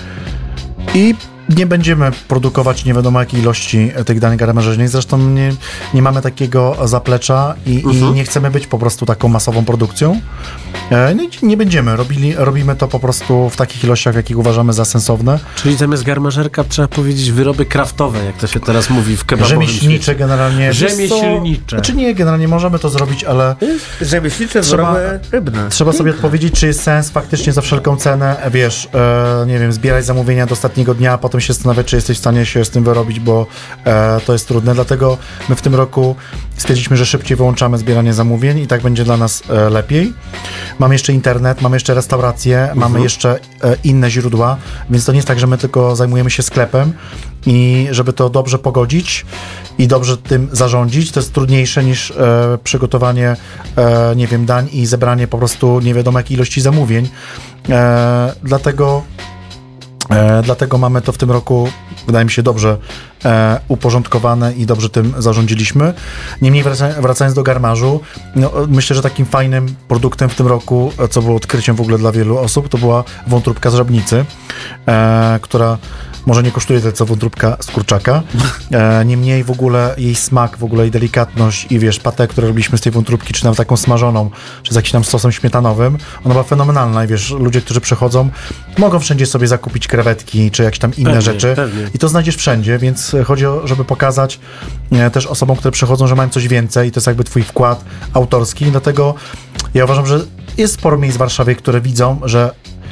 i nie będziemy produkować nie wiadomo jakiej ilości tych dań garmażernych. Zresztą nie, nie mamy takiego zaplecza i, i Mhm. nie chcemy być po prostu taką masową produkcją. E, nie, nie będziemy. Robili, robimy to po prostu w takich ilościach, w jakich uważamy za sensowne. Czyli zamiast garmażerka trzeba powiedzieć wyroby kraftowe, jak to się teraz mówi w kebabowym Rzemieślnicze świecie. generalnie. Rzemieślnicze. Znaczy nie, generalnie możemy to zrobić, ale Rzemieślnicze Trzeba- wyroby rybne. trzeba sobie odpowiedzieć, czy jest sens faktycznie za wszelką cenę, wiesz, e, nie wiem, zbierać zamówienia do ostatniego dnia, a potem się zastanawiać, czy jesteś w stanie się z tym wyrobić, bo e, to jest trudne. Dlatego my w tym roku stwierdziliśmy, że szybciej wyłączamy zbieranie zamówień i tak będzie dla nas e, lepiej. Mamy jeszcze internet, mamy jeszcze restaurację, mamy jeszcze e, inne źródła, więc to nie jest tak, że my tylko zajmujemy się sklepem i żeby to dobrze pogodzić i dobrze tym zarządzić, to jest trudniejsze niż e, przygotowanie, e, nie wiem, dań i zebranie po prostu nie wiadomo jakiej ilości zamówień. E, dlatego E, dlatego mamy to w tym roku, wydaje mi się, dobrze e, uporządkowane i dobrze tym zarządziliśmy. Niemniej wraca, wracając do garmarzu, no, myślę, że takim fajnym produktem w tym roku, e, co było odkryciem w ogóle dla wielu osób, to była wątróbka z żabnicy, e, która może nie kosztuje tyle co wątróbka z kurczaka. E, niemniej w ogóle jej smak, w ogóle jej delikatność i wiesz, patę, które robiliśmy z tej wątróbki, czy nawet taką smażoną, czy z jakimś tam sosem śmietanowym, ona była fenomenalna i wiesz, ludzie, którzy przychodzą, mogą wszędzie sobie zakupić krewetki, czy jakieś tam inne Pewnie, rzeczy pewnie. i to znajdziesz wszędzie, więc chodzi o, żeby pokazać e, też osobom, które przychodzą, że mają coś więcej i to jest jakby twój wkład autorski, dlatego ja uważam, że jest sporo miejsc w Warszawie, które widzą, że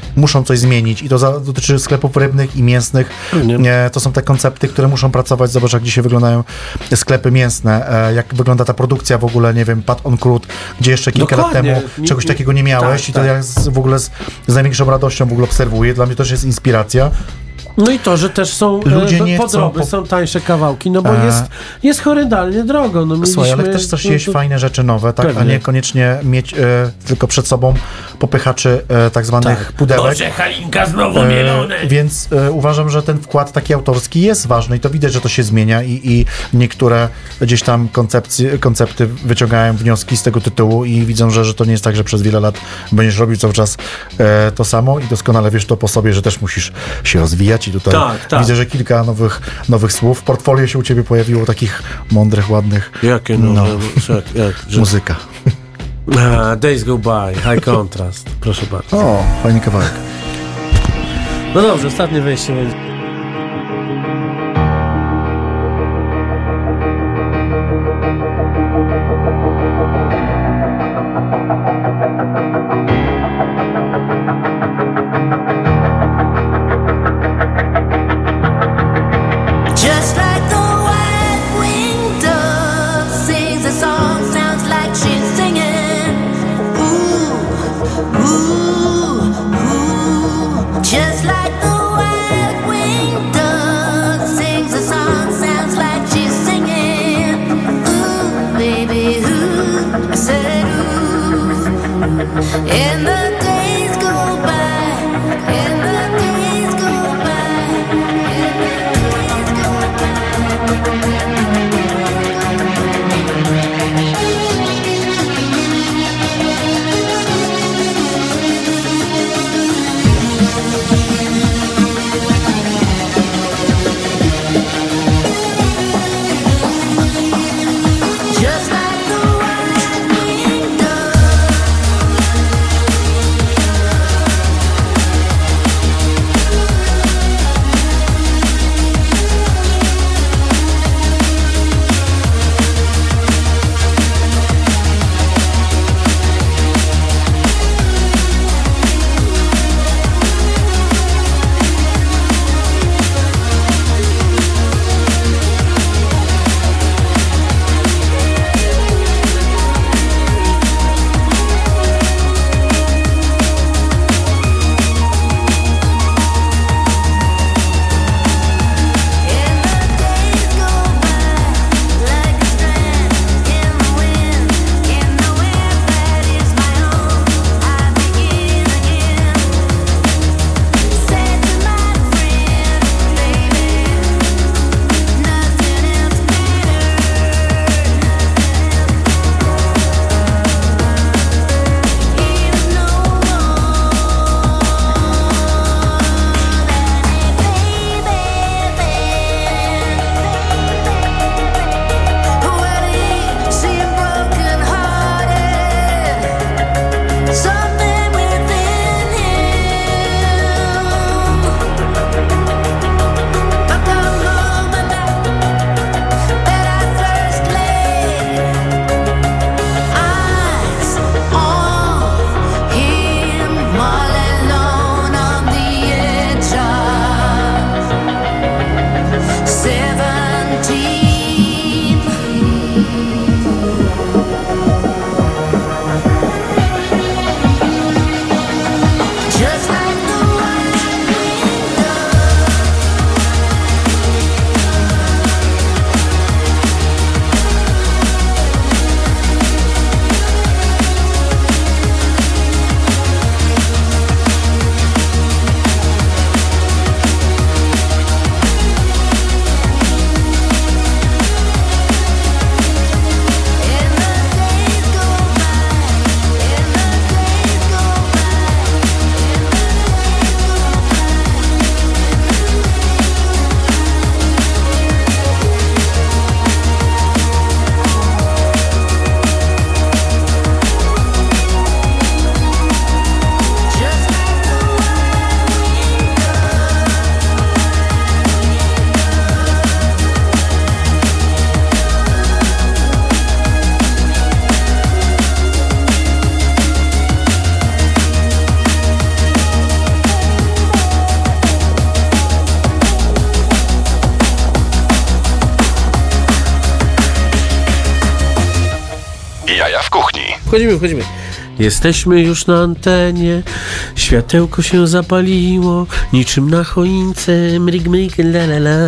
muszą coś zmienić i to za, dotyczy sklepów rybnych i mięsnych. E, to są te koncepty, które muszą pracować. Zobacz, jak dzisiaj wyglądają sklepy mięsne, e, jak wygląda ta produkcja w ogóle, nie wiem, Pat on Crude, gdzie jeszcze kilka Dokładnie. lat temu Nie, czegoś nie, takiego nie miałeś tak, i to tak. ja z, w ogóle z, z największą radością w ogóle obserwuję. Dla mnie też jest inspiracja. No i to, że też są Ludzie e, nie podroby, chcą po- są tańsze kawałki, no bo E, jest, jest horrendalnie drogo. No mieliśmy, Słuchaj, ale chcesz też no jeść to- fajne rzeczy nowe, tak? Pewnie. A nie koniecznie mieć e, tylko przed sobą popychaczy e, tak zwanych Tak. pudełek. Boże, Halinka znowu E, mielone. więc e, uważam, że ten wkład taki autorski jest ważny i to widać, że to się zmienia i, i niektóre gdzieś tam koncepcje, koncepty wyciągają wnioski z tego tytułu i widzą, że, że to nie jest tak, że przez wiele lat będziesz robił cały czas e, to samo i doskonale wiesz to po sobie, że też musisz się rozwijać i tutaj Tak, tak. widzę, że kilka nowych, nowych słów w portfolio się u ciebie pojawiło, takich mądrych, ładnych. Jakie no, No. no. Jak, jak, że... Muzyka. A, Days Go By, High Contrast, proszę bardzo. O, fajny kawałek. No dobrze, ostatnie wejście będzie. Just like the white-winged dove sings a song, sounds like she's singing. Ooh, ooh, ooh. Just like the white-winged dove sings a song, sounds like she's singing. Ooh, baby, ooh, I said ooh. And the days go by, and the days go by, and the days go by. Wchodzimy, wchodzimy. Jesteśmy już na antenie, światełko się zapaliło, niczym na choince, mryg, mryg, la la la.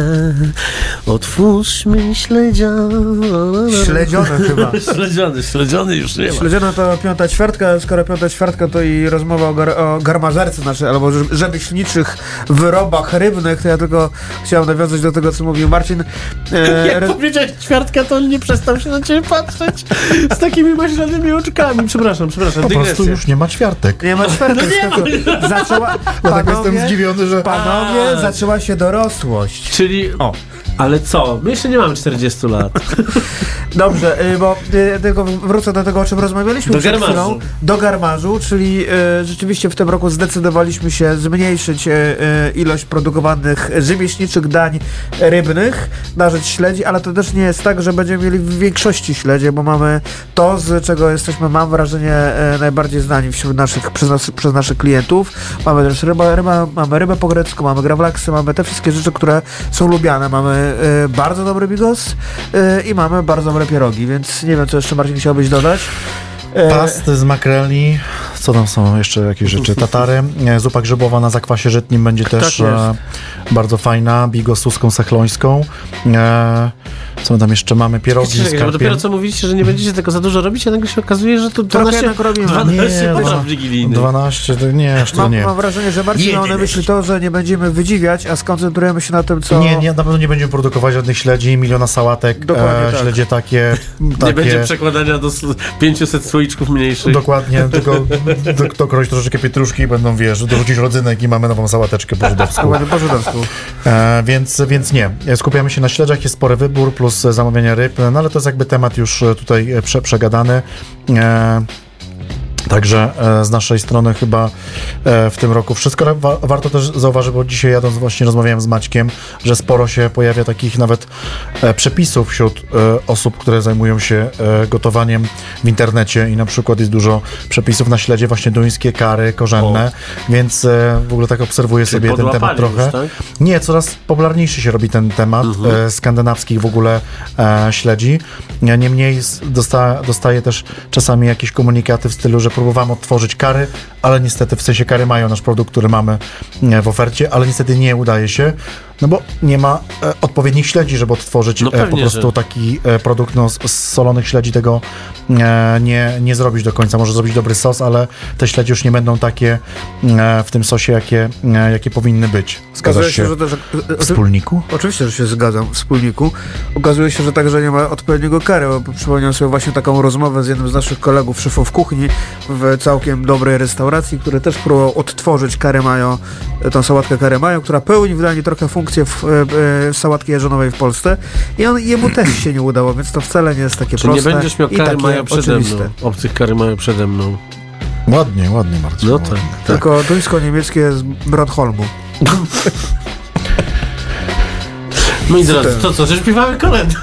Otwórzmy śledzione. Śledzione chyba. Śledziony, śledziony już nie ma. Śledzione to piąta ćwiartka, skoro piąta ćwiartka to i rozmowa o, gar o garmażerce naszej, albo rzemieślniczych wyrobach rybnych, to ja tylko chciałem nawiązać do tego, co mówił Marcin. E, Jak powiedziałeś ćwiartka, to on nie przestał się na ciebie patrzeć z takimi maślanymi oczkami. Przepraszam, przepraszam. Po dygresja. prostu już nie ma ćwiartek. Nie ma ćwiartek. No nie ma. Zaczęła, Dlatego jestem zdziwiony, że... Panowie, A. zaczęła się dorosłość. Czyli... O. Ale co? My jeszcze nie mamy czterdziestu lat. Dobrze, y, bo y, tylko wrócę do tego, o czym rozmawialiśmy do przed garmarzu. chwilą. Do garmarzu, czyli y, rzeczywiście w tym roku zdecydowaliśmy się zmniejszyć y, y, ilość produkowanych rzemieślniczych dań rybnych na rzecz śledzi, ale to też nie jest tak, że będziemy mieli w większości śledzie, bo mamy to, z czego jesteśmy, mam wrażenie, y, najbardziej znani wśród naszych, przez, nas, przez naszych klientów. Mamy też ryba, ryba, mamy rybę po grecku, mamy grawlaksy, mamy te wszystkie rzeczy, które są lubiane. Mamy y, bardzo dobry bigos y, i mamy bardzo dobre pierogi, więc nie wiem, co jeszcze Marcin chciałbyś dodać. Pasty z makreli, co tam są jeszcze jakieś rzeczy, tatary, zupa grzybowa na zakwasie żytnim będzie też tak e, bardzo fajna, bigos z suską sechlońską, e, co my tam jeszcze mamy, pierogi z karpiem. Dopiero co mówiliście, że nie będziecie tego za dużo robić, a nagle się okazuje, że to dwanaście, dwanaście potraw wigilijnych. dwanaście, to nie, jeszcze mam, nie. Mam wrażenie, że Marcin miał na myśli to, że nie będziemy wydziwiać, a skoncentrujemy się na tym, co... Nie, nie, na pewno nie będziemy produkować żadnych śledzi, miliona sałatek, e, tak. śledzie takie, takie... Nie będzie przekładania do pięciuset słoiczków mniejszych. Dokładnie, tylko do, dokroić troszeczkę pietruszki i będą, wiesz, dorzucić rodzynek i mamy nową sałateczkę po żydowsku. po żydowsku. E, więc, więc nie. Skupiamy się na śledziach, jest spory wybór, plus zamawiania ryb, no ale to jest jakby temat już tutaj prze, przegadany. E, Także e, z naszej strony chyba e, w tym roku wszystko. Wa- warto też zauważyć, bo dzisiaj jadąc właśnie rozmawiałem z Maćkiem, że sporo się pojawia takich nawet e, przepisów wśród e, osób, które zajmują się e, gotowaniem w internecie i na przykład jest dużo przepisów na śledzie, właśnie duńskie, kary, korzenne, o. więc e, w ogóle tak obserwuję Czyli sobie ten temat trochę. Już, tak? Nie, coraz popularniejszy się robi ten temat mhm. e, skandynawskich w ogóle e, śledzi. Niemniej dosta- dostaję też czasami jakieś komunikaty w stylu, że próbowałem odtworzyć kary, ale niestety, w sensie kary mają nasz produkt, który mamy w ofercie, ale niestety nie udaje się, no bo nie ma e, odpowiednich śledzi, żeby odtworzyć no pewnie, e, po prostu że... taki e, produkt, no z, z solonych śledzi tego e, nie, nie zrobić do końca. Może zrobić dobry sos, ale te śledzi już nie będą takie e, w tym sosie, jakie, e, jakie powinny być. Zgadzasz się, się że to, że, wspólniku? Oczywiście, że się zgadzam, wspólniku. Okazuje się, że także nie ma odpowiedniego kary, bo przypomniałem sobie właśnie taką rozmowę z jednym z naszych kolegów, szefów kuchni w całkiem dobrej restauracji, który też próbował odtworzyć kary mayo, tą sałatkę kary mayo, która pełni wydanie trochę funkcję w, w sałatki jarzynowej w Polsce i on, jemu też się nie udało, więc to wcale nie jest takie Czy proste. nie będziesz miał kary mayo przede mną, obcych kary mayo przede mną. Ładnie, ładnie bardzo. No tak, tak. Tylko duńsko-niemieckie z Brodholmu. Moi drodzy, to co, że śpiewamy kolędy?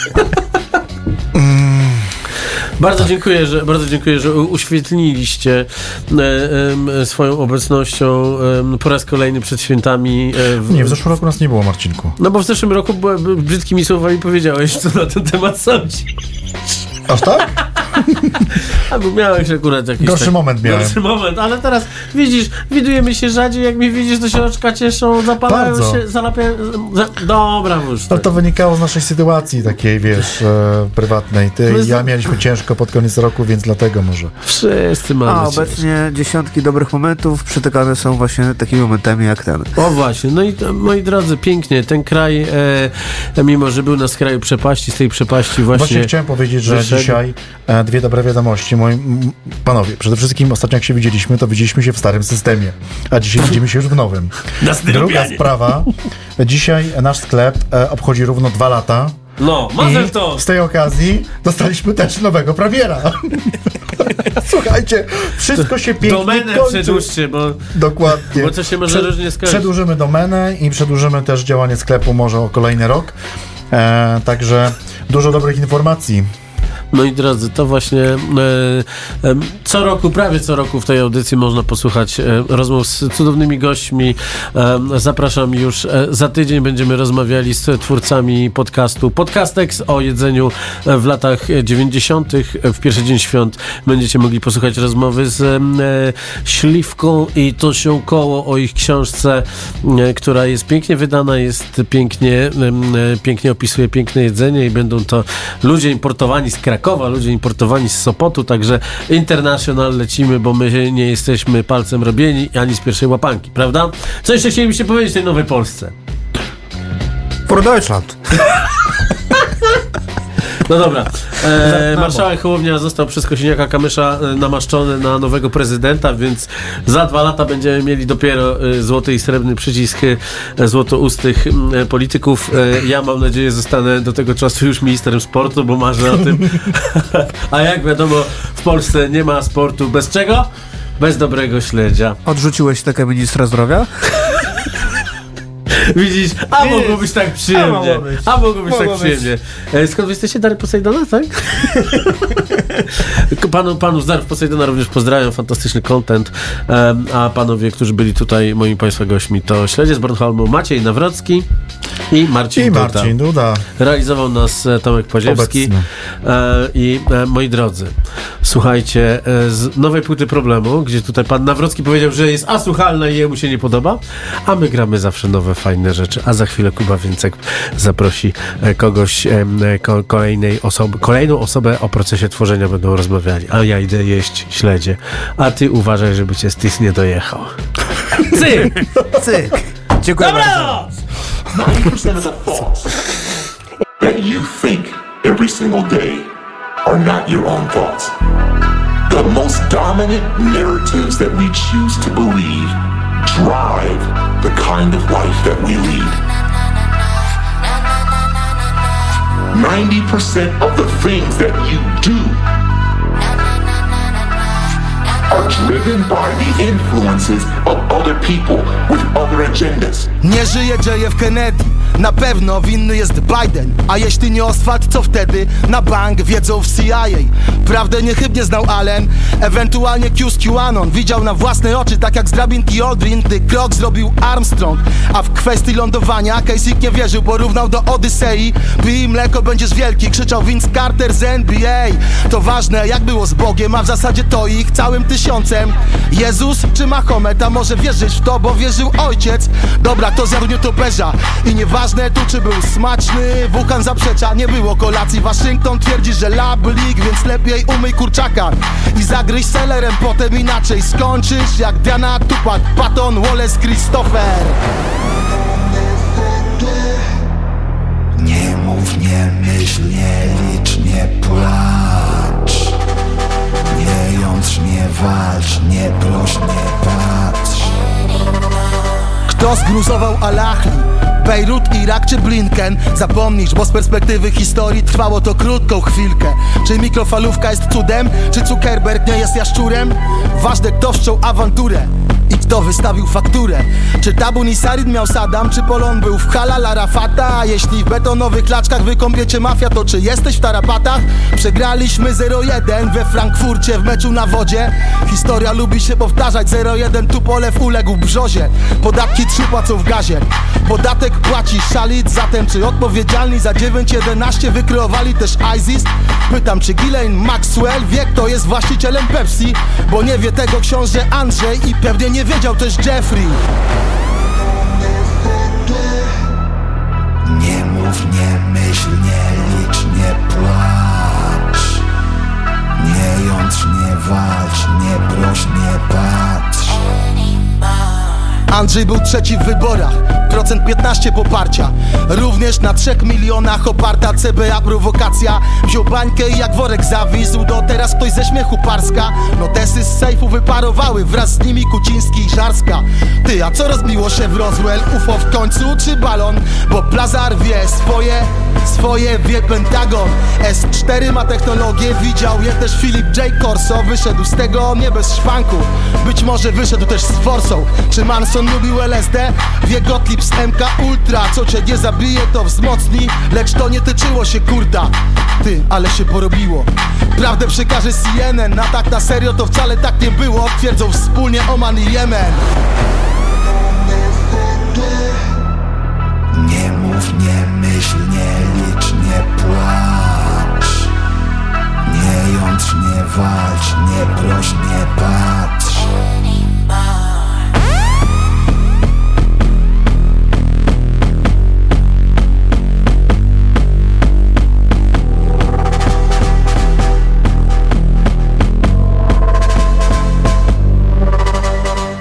Bardzo, tak. dziękuję, że, bardzo dziękuję, że uświetniliście e, e, swoją obecnością e, po raz kolejny przed świętami. E, w... Nie, w zeszłym roku nas nie było, Marcinku. No bo w zeszłym roku b- b- brzydkimi słowami powiedziałeś, co na ten temat sądzisz. Aż tak? Albo miałeś akurat jakiś gorszy tak, moment miałem. Gorszy moment, ale teraz widzisz, widujemy się rzadziej, jak mnie widzisz, to się oczka cieszą, zapalają Bardzo. się, zalapiają. Za, dobra, już. Ale to wynikało z naszej sytuacji takiej, wiesz, e, prywatnej. Ty i ja mieliśmy ciężko pod koniec roku, więc dlatego może. Wszyscy mamy. A obecnie ciężko. Dziesiątki dobrych momentów przytykane są właśnie takimi momentami jak ten. O właśnie, no i moi drodzy, pięknie, ten kraj, e, mimo że był na skraju przepaści, z tej przepaści właśnie... Właśnie chciałem powiedzieć, że wyszedł. Dzisiaj e, dwie dobre wiadomości. Moi, m, panowie, przede wszystkim ostatnio jak się widzieliśmy, to widzieliśmy się w starym systemie, a dzisiaj widzimy się już w nowym. Druga sprawa, dzisiaj nasz sklep e, obchodzi równo dwa lata. No, mazel to! Z tej okazji dostaliśmy też nowego premiera. Słuchajcie, wszystko się pięknie domenę kończy. przedłużcie, bo... Dokładnie. Bo co się może Prze- różnie skończyć. Przedłużymy domenę i przedłużymy też działanie sklepu może o kolejny rok. E, także dużo dobrych informacji. Moi drodzy, to właśnie e, e, co roku, prawie co roku w tej audycji można posłuchać e, rozmów z cudownymi gośćmi. E, zapraszam już e, za tydzień. Będziemy rozmawiali z twórcami podcastu Podcastex o jedzeniu w latach dziewięćdziesiątych. W pierwszy dzień świąt będziecie mogli posłuchać rozmowy z e, Śliwką i Tosią Koło o ich książce, e, która jest pięknie wydana, jest pięknie, e, pięknie opisuje piękne jedzenie i będą to ludzie importowani z Krakowa, ludzie importowani z Sopotu, także international lecimy, bo my nie jesteśmy palcem robieni ani z pierwszej łapanki, prawda? Co jeszcze chcielibyście powiedzieć tej nowej Polsce? For Deutschland. No dobra, e, marszałek Hołownia został przez Kosiniaka-Kamysza e, namaszczony na nowego prezydenta, więc za dwa lata będziemy mieli dopiero e, złoty i srebrny przycisk e, złotoustych e, polityków. E, ja mam nadzieję zostanę do tego czasu już ministrem sportu, bo marzę o tym. A jak wiadomo, w Polsce nie ma sportu bez czego? Bez dobrego śledzia. Odrzuciłeś taką ministra zdrowia? Widzisz, a mogło być tak przyjemnie. A, być. a mogło być mogło tak być. przyjemnie. E, skąd wy jesteście? Dary Posejdona, tak? Panu, panu z Darów Posejdona również pozdrawiam, fantastyczny content. E, a panowie, którzy byli tutaj moimi państwa gośćmi, to Śledzie z Bornholmu, Maciej Nawrocki i Marcin, I Marcin Duda. Duda. Realizował nas Tomek Paziewski. E, I e, moi drodzy, słuchajcie, e, z nowej płyty Problemu, gdzie tutaj pan Nawrocki powiedział, że jest asłuchalna i jemu się nie podoba, a my gramy zawsze nowe, fajne rzeczy, a za chwilę Kuba Więcek zaprosi kogoś, ko, kolejnej osoby, kolejną osobę o procesie tworzenia będą rozmawiali, a ja idę jeść śledzie, a ty uważaj, żeby cię Stys nie dojechał. Cyk! Cyk! Dziękuję Dobra! bardzo. ninety percent of the thoughts that you think every single day are not your own thoughts. The most dominant narratives that we choose to believe drive the kind of life that we lead. ninety percent of the things that you do are driven by the influences of other people with other agendas. Nie żyje J F Kennedy, na pewno winny jest Biden. A jeśli nie Oswald, co wtedy? Na bank wiedzą w C I A. Prawdę niechybnie znał Allen, ewentualnie Q z QAnon. Widział na własne oczy, tak jak z drabinki Aldrin, gdy krok zrobił Armstrong. A w kwestii lądowania Kasich nie wierzył, porównał do Odysei. Pij mleko, będziesz wielki, krzyczał Vince Carter z N B A. To ważne, jak było z Bogiem, a w zasadzie to ich całym tysiącem. Jezus czy Mahomet, a może wierzyć w to, bo wierzył ojciec. Dobra, to zjadł nietoperza i nieważne tu, czy był smaczny. Wuhan zaprzecza, nie było kolacji. Waszyngton twierdzi, że lablik, więc lepiej umyj kurczaka i zagryź selerem, potem inaczej skończysz jak Diana, Tupac, Patton, Wallace, Christopher. Nie mów, nie myśl, nie licz, nie płacz. Nie jątrz, nie walcz, nie proś, nie patrz. Kto zgruzował Al-Ahli? Bejrut, Irak czy Blinken? Zapomnisz, bo z perspektywy historii trwało to krótką chwilkę. Czy mikrofalówka jest cudem? Czy Zuckerberg nie jest jaszczurem? Ważne, kto wszczął awanturę i kto wystawił fakturę. Czy Tabun i Sarid miał Saddam? Czy Polon był w Halal Arafata? A jeśli w betonowych klaczkach wykąpiecie mafia, to czy jesteś w tarapatach? Przegraliśmy zero jeden we Frankfurcie w meczu na wodzie. Historia lubi się powtarzać, zero jeden Tupolew uległ w brzozie. Podatki trzy płacą w gazie, podatek płaci Shalit. Zatem czy odpowiedzialni za dziewięć jedenaście wykreowali też ISIS? Pytam, czy Ghislaine Maxwell wie, kto jest właścicielem Pepsi? Bo nie wie tego książę Andrzej i pewnie nie wiedział też Jeffrey. Nie mów, nie myśl, nie licz, nie płacz. Nie jątrz, nie walcz, nie proś, nie patrz. Andrzej był trzeci w wyborach, procent piętnaście poparcia. Również na trzech milionach oparta C B A prowokacja. Wziął bańkę i jak worek zawisł, do teraz ktoś ze śmiechu parska. Notesy z sejfu wyparowały, wraz z nimi Kuciński i Żarska. Ty, a co rozbiło się w Roswell? U F O w końcu czy balon? Bo Plazar wie swoje. swoje wie Pentagon. S cztery ma technologię, widział je też Philip J. Corso. Wyszedł z tego nie bez szwanku, być może wyszedł też z forsą. Czy Manson lubił L S D? Wie Gottlieb z M K Ultra. Co cię nie zabije to wzmocni, lecz to nie tyczyło się kurda. Ty, ale się porobiło. Prawdę przekaże C N N, a tak na serio to wcale tak nie było. Twierdzą wspólnie Oman i Jemen. Nie mów, nie myśl, nie licz, nie płacz. Nie jątrz, nie walcz, nie proś, nie patrz.